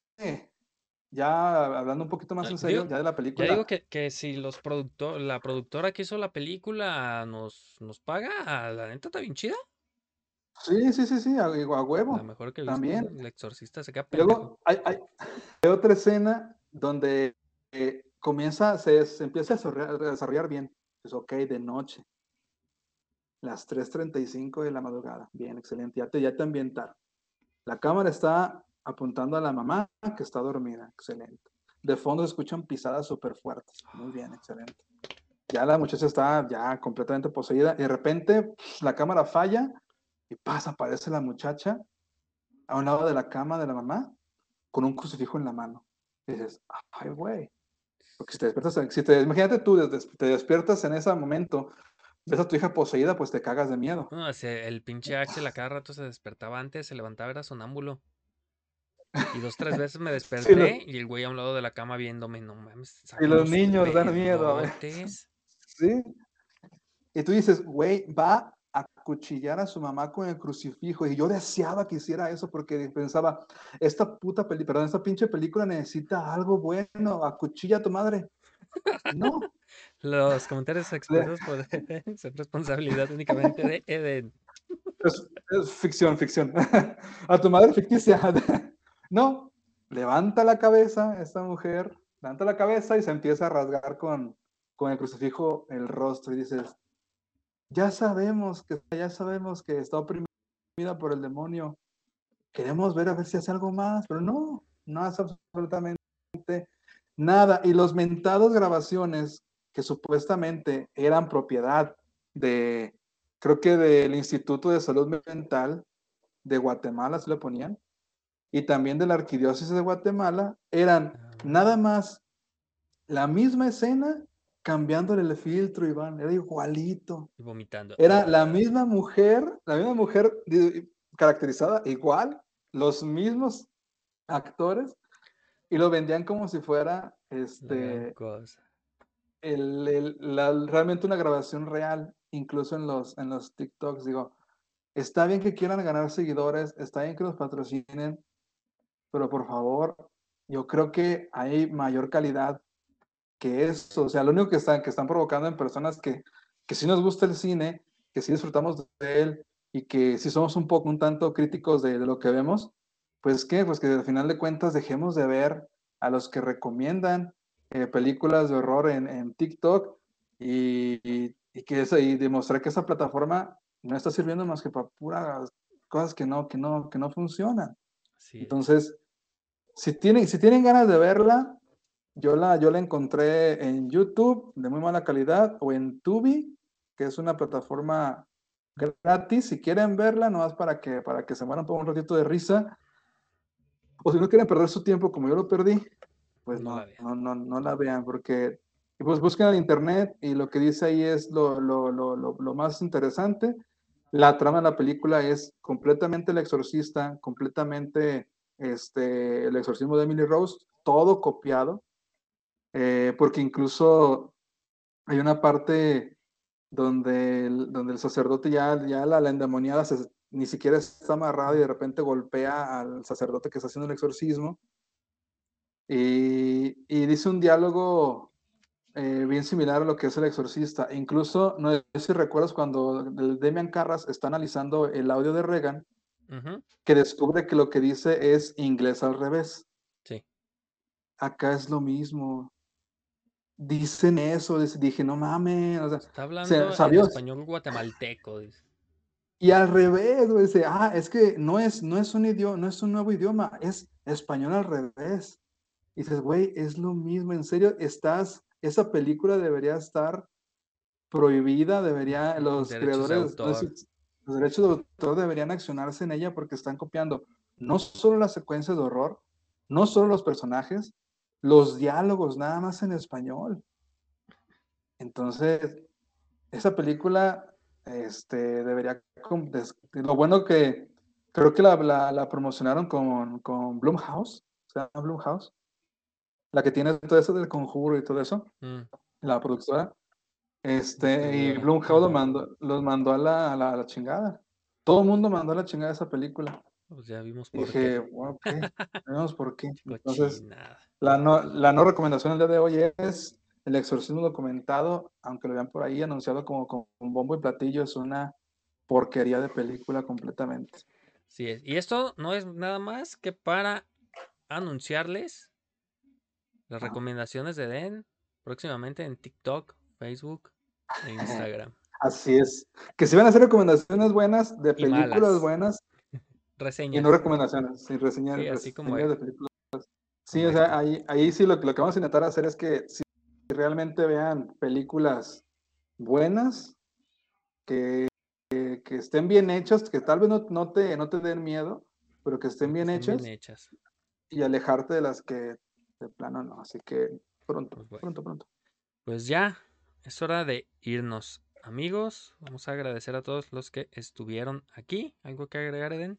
ya hablando un poquito más en serio, ya de la Ya digo película. que si la productora que hizo la película nos paga, la neta está bien chida. Sí, a La huevo, mejor que he visto, también. El Exorcista se queda pendejo. Luego hay otra escena donde se empieza a desarrollar bien. Pues ok, de noche, las 3:35 de la madrugada. Bien, excelente, ya te ambientaron. La cámara está apuntando a la mamá que está dormida, excelente. De fondo se escuchan pisadas súper fuertes. Muy bien, excelente. Ya la muchacha está ya completamente poseída y de repente la cámara falla y aparece la muchacha a un lado de la cama de la mamá con un crucifijo en la mano. Y dices, ay, güey. Porque imagínate tú, te despiertas en ese momento, ves a tu hija poseída, pues te cagas de miedo. No, el pinche Axel a cada rato se despertaba antes, se levantaba, era sonámbulo. Y 2, 3 veces me Sí, desperté y el güey a un lado de la cama viéndome. No mames, y saca los unos niños dan miedo, a ver. pedotes. Sí. Y tú dices, güey, va a cuchillar a su mamá con el crucifijo. Y yo deseaba que hiciera eso porque pensaba, esta pinche película necesita algo bueno, acuchilla a tu madre. No. Los comentarios expresos pueden ser responsabilidad únicamente de Eden. Es ficción. A tu madre ficticia. No. Levanta la cabeza esta mujer, levanta la cabeza y se empieza a rasgar con el crucifijo el rostro y dices, ya sabemos que está oprimida por el demonio. Queremos ver a ver si hace algo más, pero no hace absolutamente nada. Y los mentados grabaciones que supuestamente eran propiedad creo que del Instituto de Salud Mental de Guatemala, se lo ponían, y también de la Arquidiócesis de Guatemala, eran nada más la misma escena cambiándole el filtro, Iván, era igualito. Vomitando. Era la misma mujer caracterizada igual, los mismos actores, y lo vendían como si fuera La gran cosa. realmente una grabación real, incluso en los TikToks. Digo, está bien que quieran ganar seguidores, está bien que los patrocinen, pero por favor, yo creo que hay mayor calidad que eso. O sea, lo único que están provocando en personas que sí nos gusta el cine, que sí disfrutamos de él, y que si somos un tanto críticos de lo que vemos, pues que al final de cuentas dejemos de ver a los que recomiendan películas de horror en TikTok y demostrar que esa plataforma no está sirviendo más que para puras cosas que no funcionan. Así es. Entonces, si tienen ganas de verla, yo la encontré en YouTube de muy mala calidad o en Tubi, que es una plataforma gratis. Si quieren verla, nomás para que se mueran por un ratito de risa, o si no quieren perder su tiempo como yo lo perdí, pues No no, la vean. no la vean, porque pues busquen en internet y lo que dice ahí es lo más interesante. La trama de la película es completamente El Exorcista, completamente El Exorcismo de Emily Rose, todo copiado, porque incluso hay una parte donde el sacerdote ya la endemoniada ni siquiera está amarrado y de repente golpea al sacerdote que está haciendo el exorcismo y dice un diálogo bien similar a lo que es El Exorcista. Incluso, no sé si recuerdas cuando Demian Carras está analizando el audio de Regan, Ujú. que descubre que lo que dice es inglés al revés. Sí. Acá es lo mismo. Dicen eso, dije, no mames, o Está hablando en ¿sabías? español guatemalteco, dice. Y al revés, güey, dice, es que no es un idioma, no es un nuevo idioma, es español al revés. Y dices, güey, es lo mismo, en serio, esa película debería estar prohibida, los Derechos de creadores, autor. los derechos de autor deberían accionarse en ella porque están copiando no solo las secuencias de horror, no solo los personajes, los diálogos, nada más en español. Entonces, esa película debería, lo bueno que creo que la promocionaron con Blumhouse, o sea, Blumhouse, la que tiene todo eso del Conjuro y todo eso, la productora. Y Distribuidora. Blumhouse los mandó a la chingada. Todo el mundo mandó a la chingada esa película. Pues ya vimos Y por dije, qué. bueno, ¿qué? Vemos por qué. Entonces, Cochinada. la no recomendación el día de hoy es El Exorcismo Documentado, aunque lo vean por ahí anunciado como con bombo y platillo, es una porquería de película completamente. Sí es. Y esto no es nada más que para anunciarles las recomendaciones de Den próximamente en TikTok, Facebook e Instagram. Así es. Que si van a hacer recomendaciones buenas de Y películas malas. buenas y Reseñas. no recomendaciones, sin reseñar Sí, así como de películas. Sí, como o sea, esta. ahí sí lo que vamos a intentar hacer es que si realmente vean películas buenas, que estén bien hechas, que tal vez no te den miedo, pero que estén bien Estén bien hechas hechas. y alejarte de las que de plano no. Así que Pues bueno. pronto. Pues ya es hora de irnos, amigos. Vamos a agradecer a todos los que estuvieron aquí. ¿Algo que agregar, Eden?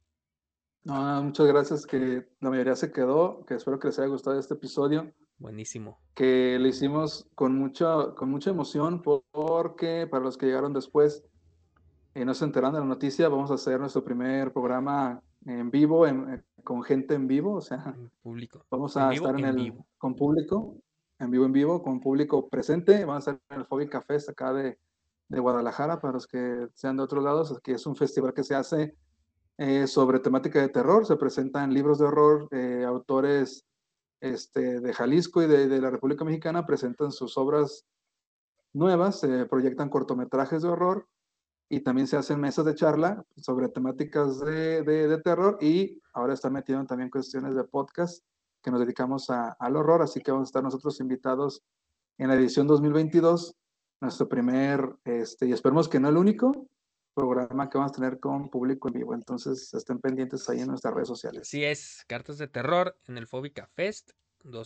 No, muchas gracias, que la mayoría se quedó, que espero que les haya gustado este episodio, Buenísimo. que lo hicimos con mucha emoción porque para los que llegaron después y no se enteran de la noticia, vamos a hacer nuestro primer programa en vivo, con gente en vivo, o sea, En público. vamos En a vivo, estar en vivo. con público, en vivo, con público presente. Vamos a estar en el Phobic Fest acá de Guadalajara, para los que sean de otros lados, que es un festival que se hace sobre temática de terror. Se presentan libros de horror, autores de Jalisco y de la República Mexicana presentan sus obras nuevas, proyectan cortometrajes de horror y también se hacen mesas de charla sobre temáticas de terror y ahora está metido también cuestiones de podcast que nos dedicamos al horror, así que vamos a estar nosotros invitados en la edición 2022, nuestro primer, y esperemos que no el único programa que vamos a tener con público en vivo, entonces estén pendientes ahí en nuestras redes sociales. Así es, Cartas de Terror en el Phobica Fest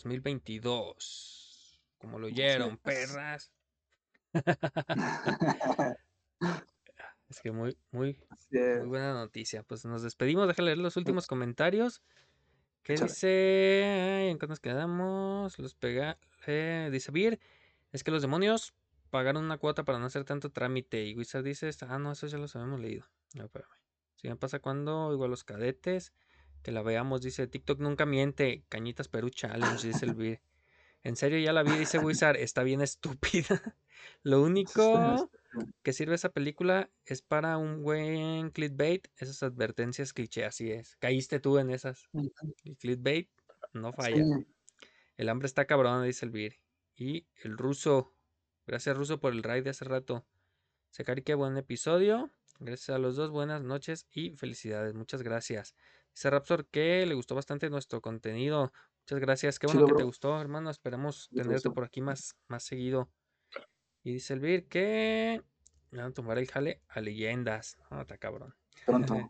2022. Como lo oyeron, perras. Es que muy buena noticia. Pues nos despedimos. Déjame leer los últimos comentarios. ¿Qué dice? Ay, ¿en qué nos quedamos? Dice Vir. Es que los demonios pagaron una cuota para no hacer tanto trámite. Y Wizard dice, no, eso ya los habíamos leído. No, espérame. Si me pasa cuando, igual los cadetes, que la veamos, dice TikTok nunca miente. Cañitas Perú Challenge, dice el Vir. En serio, ya la vi, dice Wizard, está bien estúpida. Lo único que sirve esa película es para un buen clickbait, esas advertencias cliché, así es. Caíste tú en esas. El clickbait no falla. Sí. El hambre está cabrón, dice el Vir. Y el ruso. Gracias, ruso, por el raid de hace rato. Secari, qué buen episodio. Gracias a los dos, buenas noches y felicidades. Muchas gracias. Dice Rapsor que le gustó bastante nuestro contenido. Muchas gracias. Qué bueno Chido, que te bro. gustó, hermano. Esperamos Me tenerte gustó. por aquí más seguido. Y dice el Vir que le van a tomar el jale a leyendas. No, está cabrón. Pronto.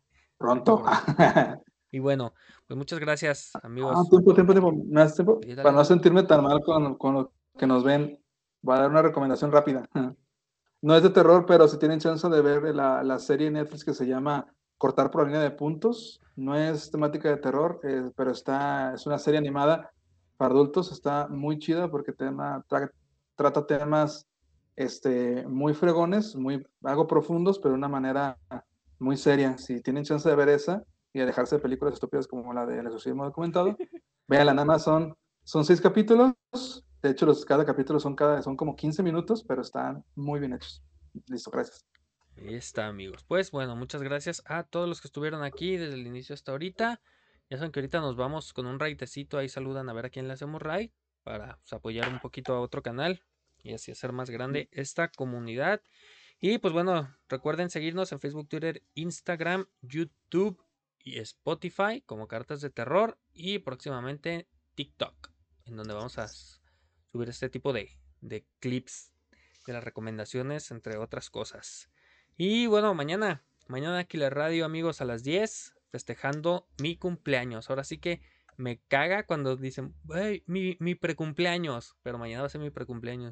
Y bueno, pues muchas gracias, amigos. Tiempo. ¿Me das tiempo? Sí, dale, Para no dale. sentirme tan mal con lo que nos ven, voy a dar una recomendación rápida. No es de terror, pero si tienen chance de ver la serie Netflix que se llama Cortar por la línea de puntos, no es temática de terror, pero es una serie animada para adultos, está muy chida porque trata temas muy fregones, algo profundos, pero de una manera muy seria. Si tienen chance de ver esa y de dejarse de películas estúpidas como la del exorcismo documentado, véanla, nada más son 6 capítulos. De hecho, cada capítulo son como 15 minutos, pero están muy bien hechos. Listo, gracias. Ahí está, amigos. Pues bueno, muchas gracias a todos los que estuvieron aquí desde el inicio hasta ahorita. Ya saben que ahorita nos vamos con un raidecito. Ahí saludan a ver a quién le hacemos raid para pues, apoyar un poquito a otro canal y así hacer más grande esta comunidad. Y pues bueno, recuerden seguirnos en Facebook, Twitter, Instagram, YouTube y Spotify como Cartas de Terror y próximamente TikTok, en donde vamos a subir este tipo de clips de las recomendaciones, entre otras cosas. Y bueno, mañana aquí la radio, amigos, a las 10, festejando mi cumpleaños. Ahora sí que me caga cuando dicen, hey, mi precumpleaños, pero mañana va a ser mi precumpleaños.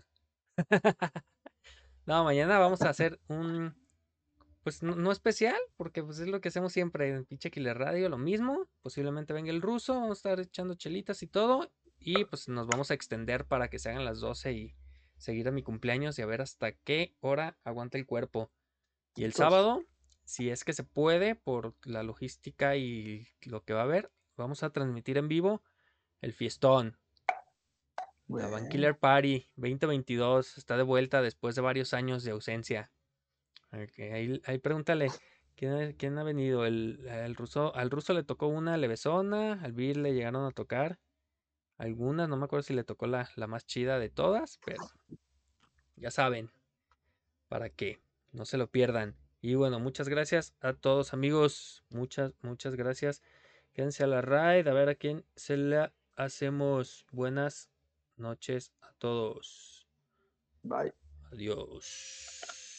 No, mañana vamos a hacer un, pues no especial, porque pues es lo que hacemos siempre en pinche Killer Radio, lo mismo. Posiblemente venga el ruso, vamos a estar echando chelitas y todo. Y pues nos vamos a extender para que se hagan las 12 y seguir a mi cumpleaños y a ver hasta qué hora aguanta el cuerpo. Y el sábado, si es que se puede, por la logística y lo que va a haber, vamos a transmitir en vivo el fiestón. La Van Killer Party 2022 está de vuelta después de varios años de ausencia. Okay, ahí pregúntale, ¿quién ha venido? Al ruso le tocó una levesona, al Bill le llegaron a tocar algunas, no me acuerdo si le tocó la más chida de todas, pero ya saben, para que no se lo pierdan. Y bueno, muchas gracias a todos, amigos. Muchas gracias. Quédense a la raid, a ver a quién se la hacemos. Buenas noches a todos. Bye. Adiós.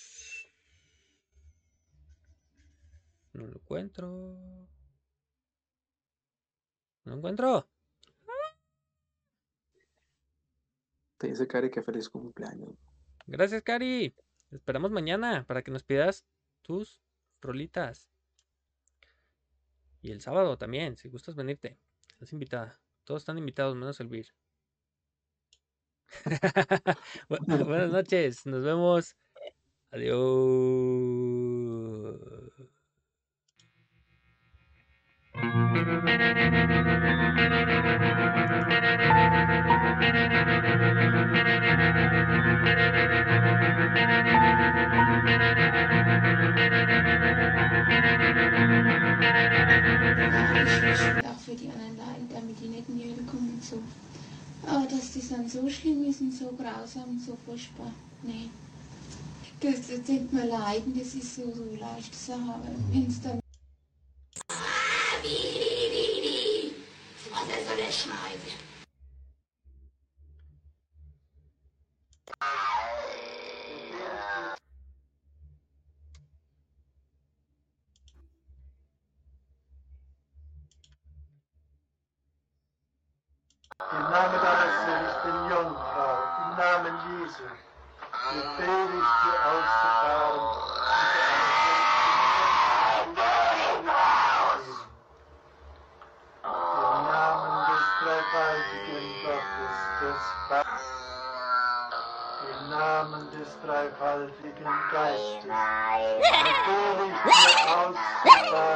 No lo encuentro. No lo encuentro. Te dice Cari que feliz cumpleaños. Gracias, Cari. Te esperamos mañana para que nos pidas tus rolitas. Y el sábado también, si gustas venirte. Estás invitada. Todos están invitados, menos el Vir. Buenas noches. Nos vemos. Adiós. Ich will auch für die anderen leiden, damit die nicht in die Hölle kommen und so. Aber dass das dann so schlimm ist und so grausam und so furchtbar, nee. Das tut mir leiden, das ist so leicht zu sagen, aber wenn es dann... Was soll er schneiden? Im Namen deines seligen Jungfrau, im Namen Jesu, befehle ich dir auszufahren. Im Namen des dreifaltigen Gottes, des Vaters, im Namen des dreifaltigen Geistes, befehle ich dir auszufahren.